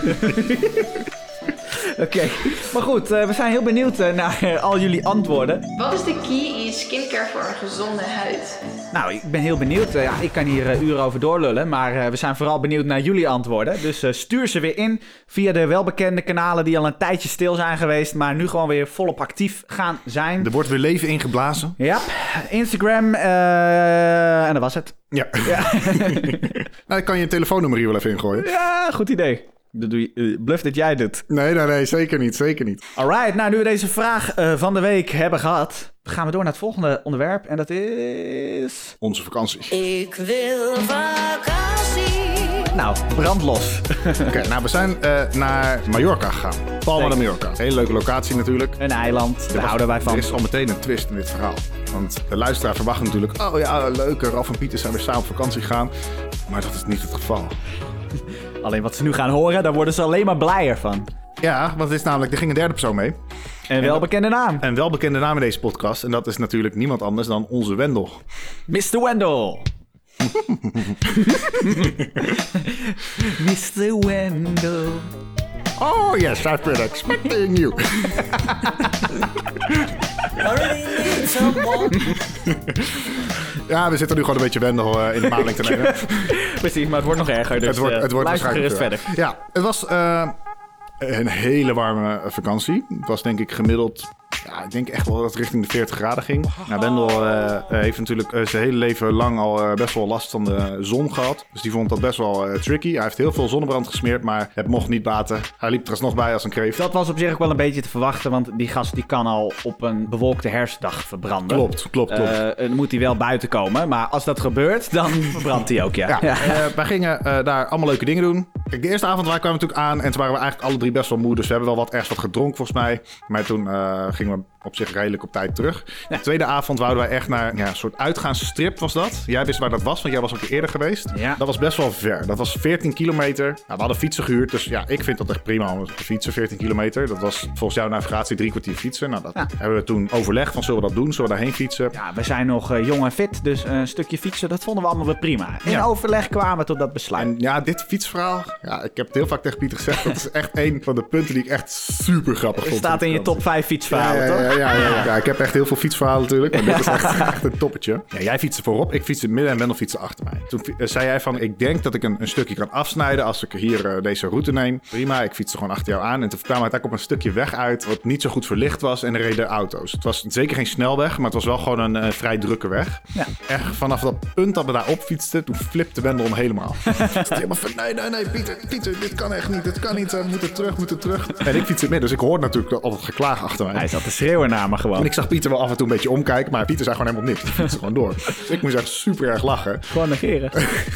Speaker 1: Oké, okay. Maar goed, uh, we zijn heel benieuwd uh, naar uh, al jullie antwoorden.
Speaker 7: Wat is de key in je skincare voor een gezonde huid?
Speaker 1: Nou, ik ben heel benieuwd. Uh, ja, ik kan hier uh, uren over doorlullen, maar uh, we zijn vooral benieuwd naar jullie antwoorden. Dus uh, stuur ze weer in via de welbekende kanalen die al een tijdje stil zijn geweest, maar nu gewoon weer volop actief gaan zijn.
Speaker 2: Er wordt weer leven ingeblazen.
Speaker 1: Ja, Instagram uh, en dat was het.
Speaker 2: Ja. ja. Nou, ik kan je telefoonnummer hier wel even ingooien.
Speaker 1: Ja, goed idee. Dat doe je, uh, bluff dat jij doet.
Speaker 2: Nee, nee, nee, zeker niet, zeker niet.
Speaker 1: Alright, nou nu we deze vraag uh, van de week hebben gehad, gaan we door naar het volgende onderwerp en dat is...
Speaker 2: Onze vakantie.
Speaker 8: Ik wil vakantie.
Speaker 1: Nou, brandlos.
Speaker 2: Oké, okay, nou we zijn uh, naar Mallorca gegaan. Palma de Mallorca. Hele leuke locatie natuurlijk.
Speaker 1: Een eiland, daar houden wij van.
Speaker 2: Er is al meteen een twist in dit verhaal. Want de luisteraar verwacht natuurlijk... Oh ja, leuk, Ralf en Pieter zijn weer samen op vakantie gegaan. Maar dat is niet het geval.
Speaker 1: Alleen wat ze nu gaan horen, daar worden ze alleen maar blijer van.
Speaker 2: Ja, want het is namelijk... Er ging een derde persoon mee.
Speaker 1: Een welbekende naam.
Speaker 2: Een welbekende naam in deze podcast. En dat is natuurlijk niemand anders dan onze Wendel.
Speaker 1: mister Wendel. mister Wendel.
Speaker 2: Oh yes, I've been expecting you. Ja, we zitten nu gewoon een beetje Wendel uh, in de maling te nemen.
Speaker 1: Precies, maar het wordt nog erger. Dus
Speaker 2: het wordt, het wordt
Speaker 1: waarschijnlijk
Speaker 2: verder. Ja, het was uh, een hele warme vakantie. Het was denk ik gemiddeld... Ja, ik denk echt wel dat het richting de veertig graden ging. Nou, Wendel uh, heeft natuurlijk uh, zijn hele leven lang al uh, best wel last van de zon gehad. Dus die vond dat best wel uh, tricky. Hij heeft heel veel zonnebrand gesmeerd, maar het mocht niet baten. Hij liep er alsnog bij als een kreeft.
Speaker 1: Dat was op zich ook wel een beetje te verwachten, want die gast die kan al op een bewolkte herfstdag verbranden.
Speaker 2: Klopt, klopt, klopt.
Speaker 1: Uh, dan moet hij wel buiten komen, maar als dat gebeurt, dan verbrandt hij ook, ja.
Speaker 2: ja,
Speaker 1: ja.
Speaker 2: Uh, wij gingen uh, daar allemaal leuke dingen doen. Kijk, de eerste avond wij kwamen natuurlijk aan en toen waren we eigenlijk alle drie best wel moe. Dus we hebben wel wat ergens wat gedronken volgens mij. Maar toen uh, gingen we op zich redelijk op tijd terug. Ja. De tweede avond wouden wij echt naar ja, een soort uitgaansstrip was dat. Jij wist waar dat was, want jij was ook eerder geweest. Ja. Dat was best wel ver. Dat was veertien kilometer. Nou, we hadden fietsen gehuurd, dus ja, ik vind dat echt prima om te fietsen, veertien kilometer. Dat was volgens jouw navigatie drie kwartier fietsen. Nou, dat ja. hebben we toen overlegd van zullen we dat doen, zullen we daarheen fietsen?
Speaker 1: Ja, we zijn nog uh, jong en fit, dus een stukje fietsen, dat vonden we allemaal wel prima. In ja. overleg kwamen we tot dat besluit.
Speaker 2: En ja, dit fietsverhaal, ja, ik heb het heel vaak tegen Pieter gezegd, dat is echt een van de punten die ik echt super grappig vond.
Speaker 1: Het staat in je top vijf fietsverhalen,
Speaker 2: ja,
Speaker 1: toch?
Speaker 2: Ja, ja, ja, ja, ja. Ik heb echt heel veel fietsverhalen natuurlijk, maar dit is echt, echt een toppetje. Ja, jij fietste voorop, ik fietste in het midden en Wendel fietste achter mij. Toen uh, zei jij van, ik denk dat ik een, een stukje kan afsnijden als ik hier uh, deze route neem. Prima, ik fietste gewoon achter jou aan en toen kwamen we uiteindelijk op een stukje weg uit wat niet zo goed verlicht was en er reden auto's. Het was zeker geen snelweg, maar het was wel gewoon een uh, vrij drukke weg. Ja. Echt vanaf dat punt dat we daar op fietsten, toen flipte Wendel hem helemaal. helemaal van, nee, nee, nee, Pieter, Pieter, dit kan echt niet, dit kan niet, we moeten terug, moeten terug. En ik fiets in het midden, dus ik hoorde natuurlijk al het geklaag achter mij.
Speaker 1: Hij zat te schreeuwen naar me gewoon.
Speaker 2: En ik zag Pieter wel af en toe een beetje omkijken, maar Pieter zei gewoon helemaal niks. Hij fietste gewoon door. Dus ik moest echt super erg lachen.
Speaker 1: Gewoon negeren.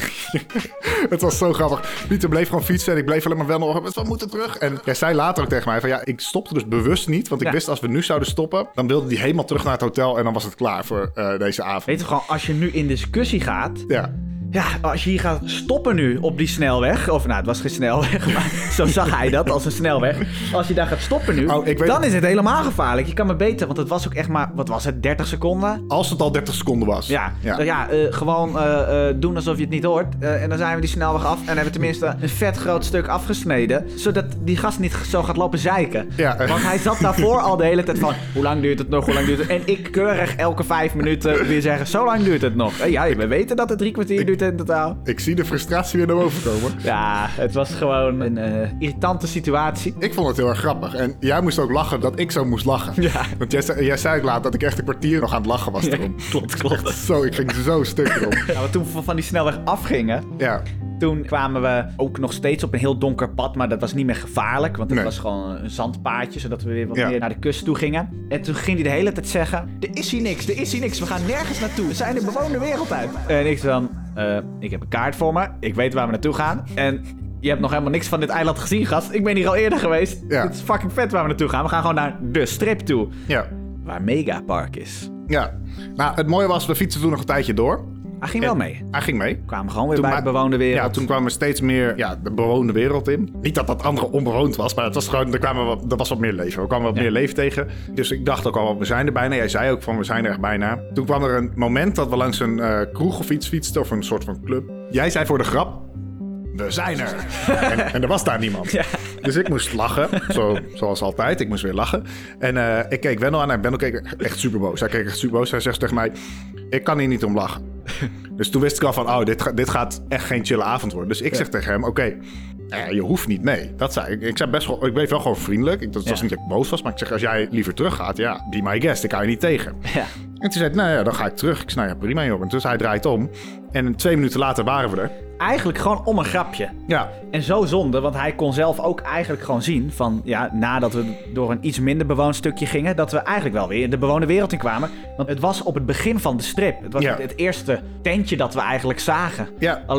Speaker 2: Het was zo grappig. Pieter bleef gewoon fietsen en ik bleef alleen maar wel nog, we moeten terug. En jij zei later ook tegen mij van ja, ik stopte dus bewust niet, want ik ja. wist als we nu zouden stoppen, dan wilde hij helemaal terug naar het hotel en dan was het klaar voor uh, deze avond.
Speaker 1: Weet je gewoon, als je nu in discussie gaat...
Speaker 2: Ja.
Speaker 1: Ja, als je hier gaat stoppen nu op die snelweg... Of nou, het was geen snelweg, maar zo zag hij dat als een snelweg. Als je daar gaat stoppen nu, oh, weet... dan is het helemaal gevaarlijk. Je kan me beter, want het was ook echt maar... Wat was het, dertig seconden?
Speaker 2: Als het al dertig seconden was.
Speaker 1: Ja, ja. ja uh, gewoon uh, uh, doen alsof je het niet hoort. Uh, en dan zijn we die snelweg af en hebben we tenminste een vet groot stuk afgesneden. Zodat die gast niet zo gaat lopen zeiken. Ja, uh... Want hij zat daarvoor al de hele tijd van... Hoe lang duurt het nog, hoe lang duurt het? En ik keurig elke vijf minuten weer zeggen... Zo lang duurt het nog. Uh, ja, we weten dat het drie kwartier duurt. In totaal.
Speaker 2: Ik zie de frustratie weer naar boven komen.
Speaker 1: Ja, het was gewoon een uh, irritante situatie.
Speaker 2: Ik vond het heel erg grappig. En jij moest ook lachen dat ik zo moest lachen. Ja. Want jij, jij zei ook laat dat ik echt een kwartier nog aan het lachen was erom.
Speaker 1: Ja, klopt, klopt.
Speaker 2: Zo, ik ging zo stuk erom.
Speaker 1: Ja, maar toen we van die snelweg afgingen... Ja. Toen kwamen we ook nog steeds op een heel donker pad, maar dat was niet meer gevaarlijk. Want het nee. was gewoon een zandpaadje, zodat we weer wat ja. meer naar de kust toe gingen. En toen ging hij de hele tijd zeggen, er is hier niks, er is hier niks. We gaan nergens naartoe. We zijn de bewoonde wereld uit. En ik dan, uh, ik heb een kaart voor me. Ik weet waar we naartoe gaan. En je hebt nog helemaal niks van dit eiland gezien, gast. Ik ben hier al eerder geweest. Ja. Het is fucking vet waar we naartoe gaan. We gaan gewoon naar de strip toe. Ja. Waar Megapark is.
Speaker 2: Ja. Nou, het mooie was, we fietsen toen nog een tijdje door.
Speaker 1: Hij ging wel mee.
Speaker 2: Hij ging mee.
Speaker 1: We kwamen gewoon weer toen bij de bewoonde wereld.
Speaker 2: Ja, toen kwamen we steeds meer ja, de bewoonde wereld in. Niet dat dat andere onbewoond was, maar het was gewoon, er, kwamen wat, er was wat meer leven. We kwamen wat ja. meer leven tegen. Dus ik dacht ook al, we zijn er bijna. Jij zei ook van, we zijn er echt bijna. Toen kwam er een moment dat we langs een uh, kroeg of iets fietsten, of een soort van club. Jij zei voor de grap, we zijn er. en, en er was daar niemand. Ja. Dus ik moest lachen, zo, zoals altijd. Ik moest weer lachen. En uh, ik keek Wendel aan en Wendel keek echt super boos. Hij keek echt super boos. Hij zegt tegen mij, ik kan hier niet om lachen. Dus toen wist ik al van, oh, dit, ga, dit gaat echt geen chille avond worden. Dus ik ja. zeg tegen hem, oké, okay, uh, je hoeft niet mee. Dat zei ik. Ik zei best wel, ik bleef wel gewoon vriendelijk. Ik, dat ja. was niet dat ik boos was, maar ik zeg, als jij liever terug gaat, ja, be my guest. Ik ga je niet tegen. Ja. En toen zei hij, nou ja, dan ga ik terug. Ik zei, nou ja, prima joh. En dus hij draait om. En twee minuten later waren we er.
Speaker 1: Eigenlijk gewoon om een grapje. Ja. En zo zonde, want hij kon zelf ook eigenlijk gewoon zien van... ja, nadat we door een iets minder bewoond stukje gingen... dat we eigenlijk wel weer in de bewoonde wereld in kwamen. Want het was op het begin van de strip. Het was ja. het, het eerste tentje dat we eigenlijk zagen. Ja. Alleen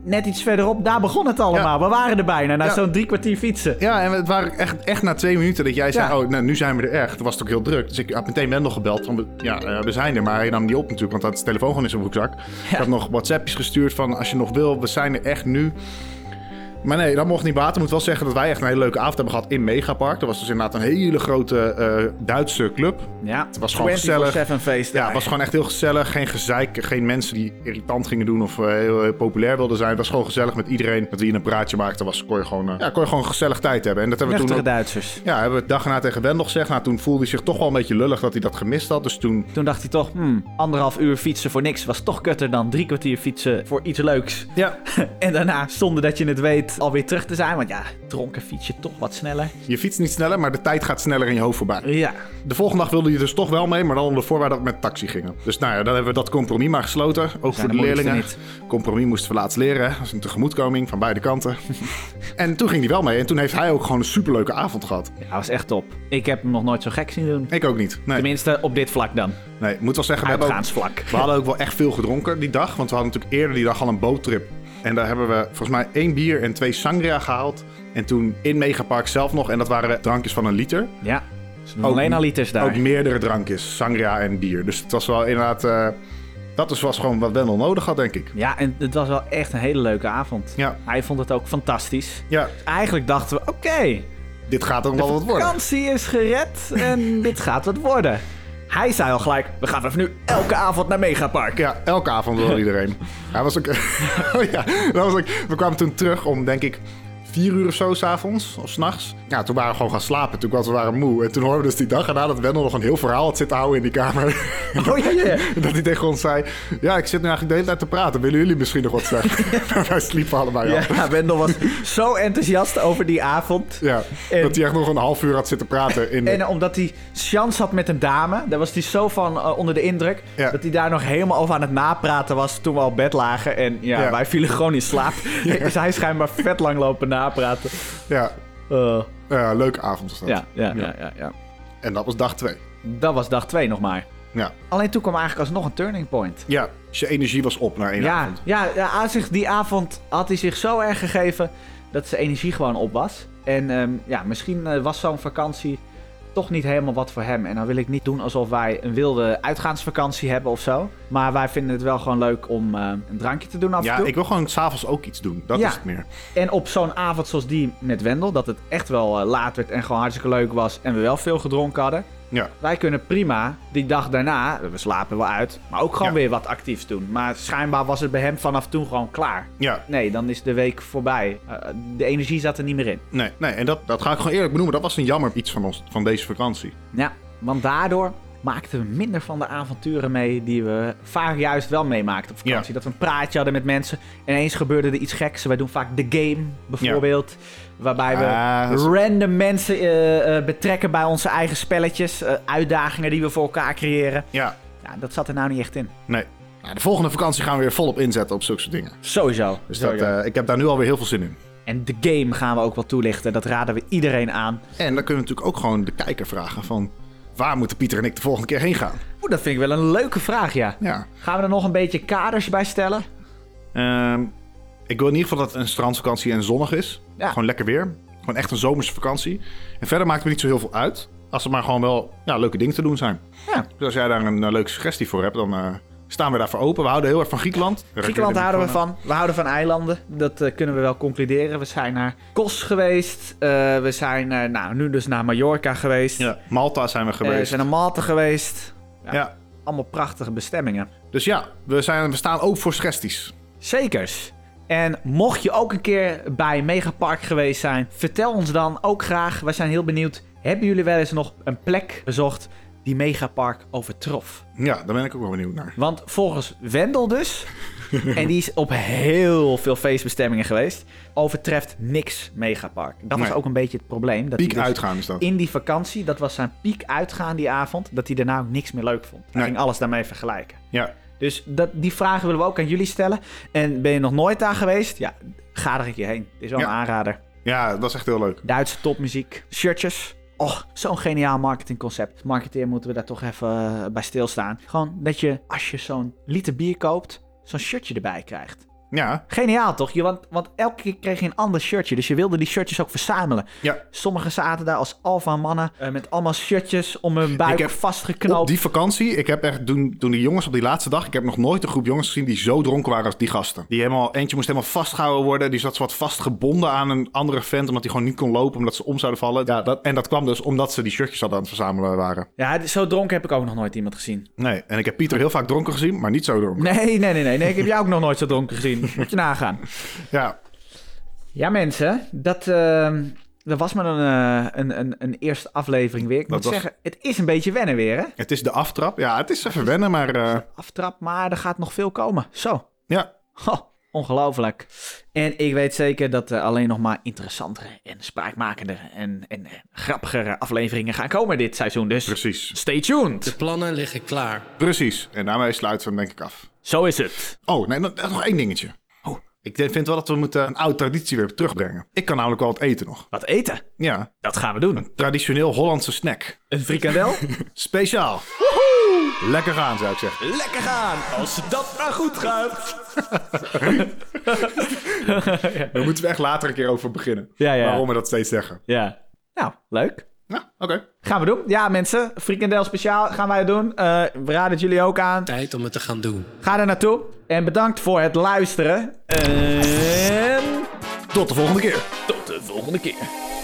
Speaker 1: net iets verderop, daar begon het allemaal.
Speaker 2: Ja.
Speaker 1: We waren er bijna, na
Speaker 2: Ja.
Speaker 1: zo'n drie kwartier fietsen.
Speaker 2: Ja, en het waren echt, echt na twee minuten dat jij zei...
Speaker 1: Ja.
Speaker 2: oh, nou, nu zijn we er echt. Toen was het ook heel druk. Dus ik had meteen Wendel gebeld van... ja, uh, we zijn er. Maar hij nam niet op natuurlijk, want hij had zijn telefoon gewoon in zijn broekzak. Ik had nog WhatsAppjes gestuurd van... als je nog wil, we zijn er echt nu... Maar nee, dat mocht niet baten. Ik moet wel zeggen dat wij echt een hele leuke avond hebben gehad in Megapark. Dat was dus inderdaad een hele grote uh, Duitse club.
Speaker 1: Ja,
Speaker 2: Het was gewoon
Speaker 1: vierentwintig
Speaker 2: gezellig.
Speaker 1: zeven feest.
Speaker 2: Ja, het was gewoon echt heel gezellig. Geen gezeik, geen mensen die irritant gingen doen of uh, heel, heel populair wilden zijn. Het was gewoon gezellig met iedereen. Met wie je een praatje maakte, was, kon, je gewoon, uh, ja, kon je gewoon een gezellig tijd hebben. En dat hebben we toen
Speaker 1: Nuchtere
Speaker 2: ook,
Speaker 1: Duitsers.
Speaker 2: ja, hebben we dag en na tegen Wendel gezegd. Nou, toen voelde hij zich toch wel een beetje lullig dat hij dat gemist had. Dus toen...
Speaker 1: Toen dacht hij toch, hmm, anderhalf uur fietsen voor niks was toch kutter dan drie kwartier fietsen voor iets leuks.
Speaker 2: Ja,
Speaker 1: En daarna, zonder dat je het weet, alweer terug te zijn. Want ja, dronken fiets je toch wat sneller.
Speaker 2: je fietst niet sneller, maar de tijd gaat sneller in je hoofd voorbij.
Speaker 1: Ja,
Speaker 2: De volgende dag wilde je dus toch wel mee, maar dan onder voorwaarde dat we met taxi gingen. Dus nou ja, dan hebben we dat compromis maar gesloten. Ook voor de,
Speaker 1: de moeilijkste
Speaker 2: leerlingen. Compromis moesten we laatst leren. Hè? Dat is een tegemoetkoming van beide kanten. En toen ging hij wel mee. En toen heeft hij ook gewoon een superleuke avond gehad.
Speaker 1: ja, was echt top. Ik heb hem nog nooit zo gek zien doen.
Speaker 2: Ik ook niet. Nee,
Speaker 1: Tenminste, op dit vlak dan.
Speaker 2: nee ik moet wel zeggen, we, hebben ook,
Speaker 1: Uitgaansvlak.
Speaker 2: we hadden ook wel echt veel gedronken die dag. Want we hadden natuurlijk eerder die dag al een boottrip. En daar hebben we volgens mij één bier en twee sangria gehaald. En toen in Megapark zelf nog. En dat waren drankjes van een liter.
Speaker 1: Ja, ze doen
Speaker 2: Ook-
Speaker 1: alleen al liters daar.
Speaker 2: Ook meerdere drankjes, sangria en bier. Dus het was wel inderdaad... uh, dat was, was gewoon wat Wendel nodig had, denk ik.
Speaker 1: Ja, en het was wel echt een hele leuke avond.
Speaker 2: Ja,
Speaker 1: Hij vond het ook fantastisch.
Speaker 2: ja.
Speaker 1: Eigenlijk dachten we, oké,
Speaker 2: Dit gaat dan
Speaker 1: de
Speaker 2: wel wat worden.
Speaker 1: vakantie is gered en dit gaat wat worden. Hij zei al gelijk, we gaan vanaf nu elke avond naar Megapark.
Speaker 2: Ja, elke avond wil iedereen. Hij was ook... oh ja, dat was ook... We kwamen toen terug om, denk ik, vier uur of zo s'avonds of s'nachts. Ja, toen waren we gewoon gaan slapen. Toen was we waren moe. En toen hoorden we dus die dag erna dat Wendel nog een heel verhaal had zitten houden in die kamer.
Speaker 1: Oh ja, ja, ja.
Speaker 2: En dat hij tegen ons zei... Ja, ik zit nu eigenlijk de hele tijd te praten. Willen jullie misschien nog wat zeggen? Maar wij sliepen allebei al.
Speaker 1: Ja, Wendel was zo enthousiast over die avond.
Speaker 2: Ja,
Speaker 1: En-
Speaker 2: dat hij echt nog een half uur had zitten praten. In de...
Speaker 1: En omdat hij chance had met een dame, daar was hij zo van uh, onder de indruk,
Speaker 2: Ja.
Speaker 1: dat hij daar nog helemaal over aan het napraten was toen we al op bed lagen. En ja,
Speaker 2: Ja.
Speaker 1: wij vielen gewoon in slaap. Dus hij schijnbaar vet lang lopen napraten.
Speaker 2: Ja,
Speaker 1: Uh,
Speaker 2: ja, leuke avond was dat.
Speaker 1: ja, ja, ja, ja, ja.
Speaker 2: En dat was dag twee.
Speaker 1: Dat was dag twee nog maar.
Speaker 2: Ja.
Speaker 1: Alleen toen kwam eigenlijk alsnog een turning point.
Speaker 2: Ja, dus je energie was op na één
Speaker 1: Ja,
Speaker 2: avond.
Speaker 1: ja, ja aan zich, die avond had hij zich zo erg gegeven dat zijn energie gewoon op was. En ehm, ja, misschien eh, was zo'n vakantie toch niet helemaal wat voor hem. En dan wil ik niet doen alsof wij een wilde uitgaansvakantie hebben of zo. Maar wij vinden het wel gewoon leuk om eh, een drankje te doen af en
Speaker 2: Ja,
Speaker 1: toe.
Speaker 2: ik wil gewoon s'avonds ook iets doen. Dat
Speaker 1: Ja.
Speaker 2: is het meer.
Speaker 1: En op zo'n avond zoals die met Wendel, dat het echt wel eh, laat werd en gewoon hartstikke leuk was en we wel veel gedronken hadden.
Speaker 2: Ja.
Speaker 1: Wij kunnen prima die dag daarna, we slapen wel uit, maar ook gewoon
Speaker 2: Ja.
Speaker 1: weer wat actiefs doen. Maar schijnbaar was het bij hem vanaf toen gewoon klaar.
Speaker 2: Ja,
Speaker 1: Nee, dan is de week voorbij. Uh, de energie zat er niet meer in.
Speaker 2: nee, nee. En dat, dat ga ik gewoon eerlijk benoemen. Dat was een jammer iets van ons, van deze vakantie.
Speaker 1: Ja, want daardoor maakten we minder van de avonturen mee die we vaak juist wel meemaakten op vakantie.
Speaker 2: Ja.
Speaker 1: Dat we een praatje hadden met mensen en ineens gebeurde er iets geks. Wij doen vaak de game bijvoorbeeld, waarbij we
Speaker 2: Ah, dat is-
Speaker 1: random mensen uh, uh, betrekken bij onze eigen spelletjes. Uh, uitdagingen die we voor elkaar creëren.
Speaker 2: Ja,
Speaker 1: Ja, dat zat er nou niet echt in.
Speaker 2: nee. Nou, de volgende vakantie gaan we weer volop inzetten op zulke soort dingen.
Speaker 1: Sowieso.
Speaker 2: Dus dat,
Speaker 1: Sowieso.
Speaker 2: eh, ik heb daar nu alweer heel veel zin in.
Speaker 1: En de game gaan we ook wel toelichten. Dat raden we iedereen aan.
Speaker 2: En dan kunnen we natuurlijk ook gewoon de kijker vragen van... waar moeten Pieter en ik de volgende keer heen gaan?
Speaker 1: Oeh, dat vind ik wel een leuke vraag, ja.
Speaker 2: Ja.
Speaker 1: Gaan we er nog een beetje kaders bij stellen?
Speaker 2: Ehm, ik wil in ieder geval dat het een strandvakantie en zonnig is.
Speaker 1: Ja.
Speaker 2: Gewoon lekker weer. Gewoon echt een zomerse vakantie. En verder maakt het me niet zo heel veel uit. Als er maar gewoon wel ja, leuke dingen te doen zijn.
Speaker 1: Ja.
Speaker 2: Dus als jij daar een, een leuke suggestie voor hebt, dan uh, staan we daarvoor open. We houden heel erg van Griekenland.
Speaker 1: Griekenland houden we van. We houden van eilanden. Dat uh, kunnen we wel concluderen. We zijn naar Kos geweest. Uh, we zijn uh, nou, nu dus naar Mallorca geweest.
Speaker 2: Ja, Malta zijn we
Speaker 1: Uh,
Speaker 2: geweest.
Speaker 1: we zijn naar Malta geweest. Ja,
Speaker 2: Ja.
Speaker 1: Allemaal prachtige bestemmingen.
Speaker 2: Dus ja, we, zijn, we staan ook voor suggesties.
Speaker 1: Zekers. En mocht je ook een keer bij Megapark geweest zijn, vertel ons dan ook graag. Wij zijn heel benieuwd. Hebben jullie wel eens nog een plek bezocht die Megapark overtrof?
Speaker 2: Ja, daar ben ik ook wel benieuwd naar.
Speaker 1: Want volgens Wendel dus, en die is op heel veel feestbestemmingen geweest, overtreft niks Megapark. Dat was
Speaker 2: Nee.
Speaker 1: ook een beetje het probleem. Dat
Speaker 2: Piek
Speaker 1: hij dus
Speaker 2: uitgaan is dat.
Speaker 1: in die vakantie, dat was zijn piek uitgaan die avond, dat hij daarna ook niks meer leuk vond. Hij
Speaker 2: Nee.
Speaker 1: ging alles daarmee vergelijken.
Speaker 2: Ja.
Speaker 1: Dus dat, die vragen willen we ook aan jullie stellen. En ben je nog nooit daar geweest? Ja, ga er een keer heen. Het is wel
Speaker 2: Ja.
Speaker 1: een aanrader.
Speaker 2: ja, dat was echt heel leuk.
Speaker 1: Duitse topmuziek, shirtjes. Oh, zo'n geniaal marketingconcept. Marketeer moeten we daar toch even uh, bij stilstaan. Gewoon dat je, als je zo'n liter bier koopt, zo'n shirtje erbij krijgt.
Speaker 2: Ja.
Speaker 1: Geniaal toch? Je, want, want elke keer kreeg je een ander shirtje. Dus je wilde die shirtjes ook verzamelen.
Speaker 2: Ja.
Speaker 1: Sommigen zaten daar als alpha mannen uh, met allemaal shirtjes om hun buik
Speaker 2: Ik heb
Speaker 1: vastgeknoopt.
Speaker 2: Op die vakantie, ik heb echt, toen, toen die jongens op die laatste dag, ik heb nog nooit een groep jongens gezien die zo dronken waren als die gasten. Die helemaal, eentje moest helemaal vastgehouden worden. Die zat wat vastgebonden aan een andere vent, omdat hij gewoon niet kon lopen, omdat ze om zouden vallen. Ja, dat, en dat kwam dus omdat ze die shirtjes hadden aan het verzamelen waren.
Speaker 1: Ja, zo dronken heb ik ook nog nooit iemand gezien.
Speaker 2: Nee, en ik heb Pieter heel vaak dronken gezien, maar niet zo dronken.
Speaker 1: Nee, nee, nee, nee. nee ik heb jou ook nog nooit zo dronken gezien. Moet je nagaan.
Speaker 2: Ja.
Speaker 1: Ja, mensen, dat, uh, dat was maar een, uh, een, een, een eerste aflevering weer. Ik
Speaker 2: dat
Speaker 1: moet
Speaker 2: was...
Speaker 1: zeggen, het is een beetje wennen weer, hè?
Speaker 2: Het is de aftrap. Ja, het is even wennen, maar... Uh...
Speaker 1: Aftrap, maar er gaat nog veel komen. Zo.
Speaker 2: Ja.
Speaker 1: Oh, ongelooflijk. En ik weet zeker dat er alleen nog maar interessantere en spraakmakende en, en grappigere afleveringen gaan komen dit seizoen. Dus
Speaker 2: precies.
Speaker 1: Stay tuned.
Speaker 3: De plannen liggen klaar.
Speaker 2: Precies. En daarmee sluiten we hem denk ik af.
Speaker 1: Zo is het.
Speaker 2: Oh, nee, nog, nog één dingetje. Oh, ik vind wel dat we moeten een oude traditie weer terugbrengen. Ik kan namelijk wel wat eten nog.
Speaker 1: Wat eten?
Speaker 2: Ja.
Speaker 1: Dat gaan we doen.
Speaker 2: Een traditioneel Hollandse snack.
Speaker 1: Een frikandel?
Speaker 2: Speciaal. Woehoe! Lekker gaan, zou ik zeggen.
Speaker 1: Lekker gaan, als dat maar goed gaat.
Speaker 2: Daar moeten we echt later een keer over beginnen.
Speaker 1: Ja, ja.
Speaker 2: Waarom we dat steeds zeggen.
Speaker 1: Ja. Nou, leuk.
Speaker 2: Ja, oké. Okay.
Speaker 1: Gaan we doen. Ja, mensen. Frikandel speciaal gaan wij doen. Uh, we raden het jullie ook aan.
Speaker 3: Tijd om het te gaan doen.
Speaker 1: Ga er naartoe. En bedankt voor het luisteren. En...
Speaker 2: tot de volgende keer.
Speaker 1: Tot de volgende keer.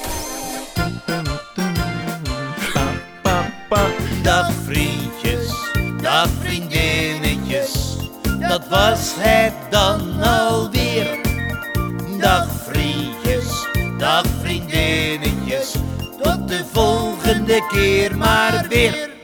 Speaker 8: Dag vriendjes, dag vriendinnetjes, dat was het dan alweer. Dag vriendjes, dag vriendinnetjes, tot de volgende keer maar weer.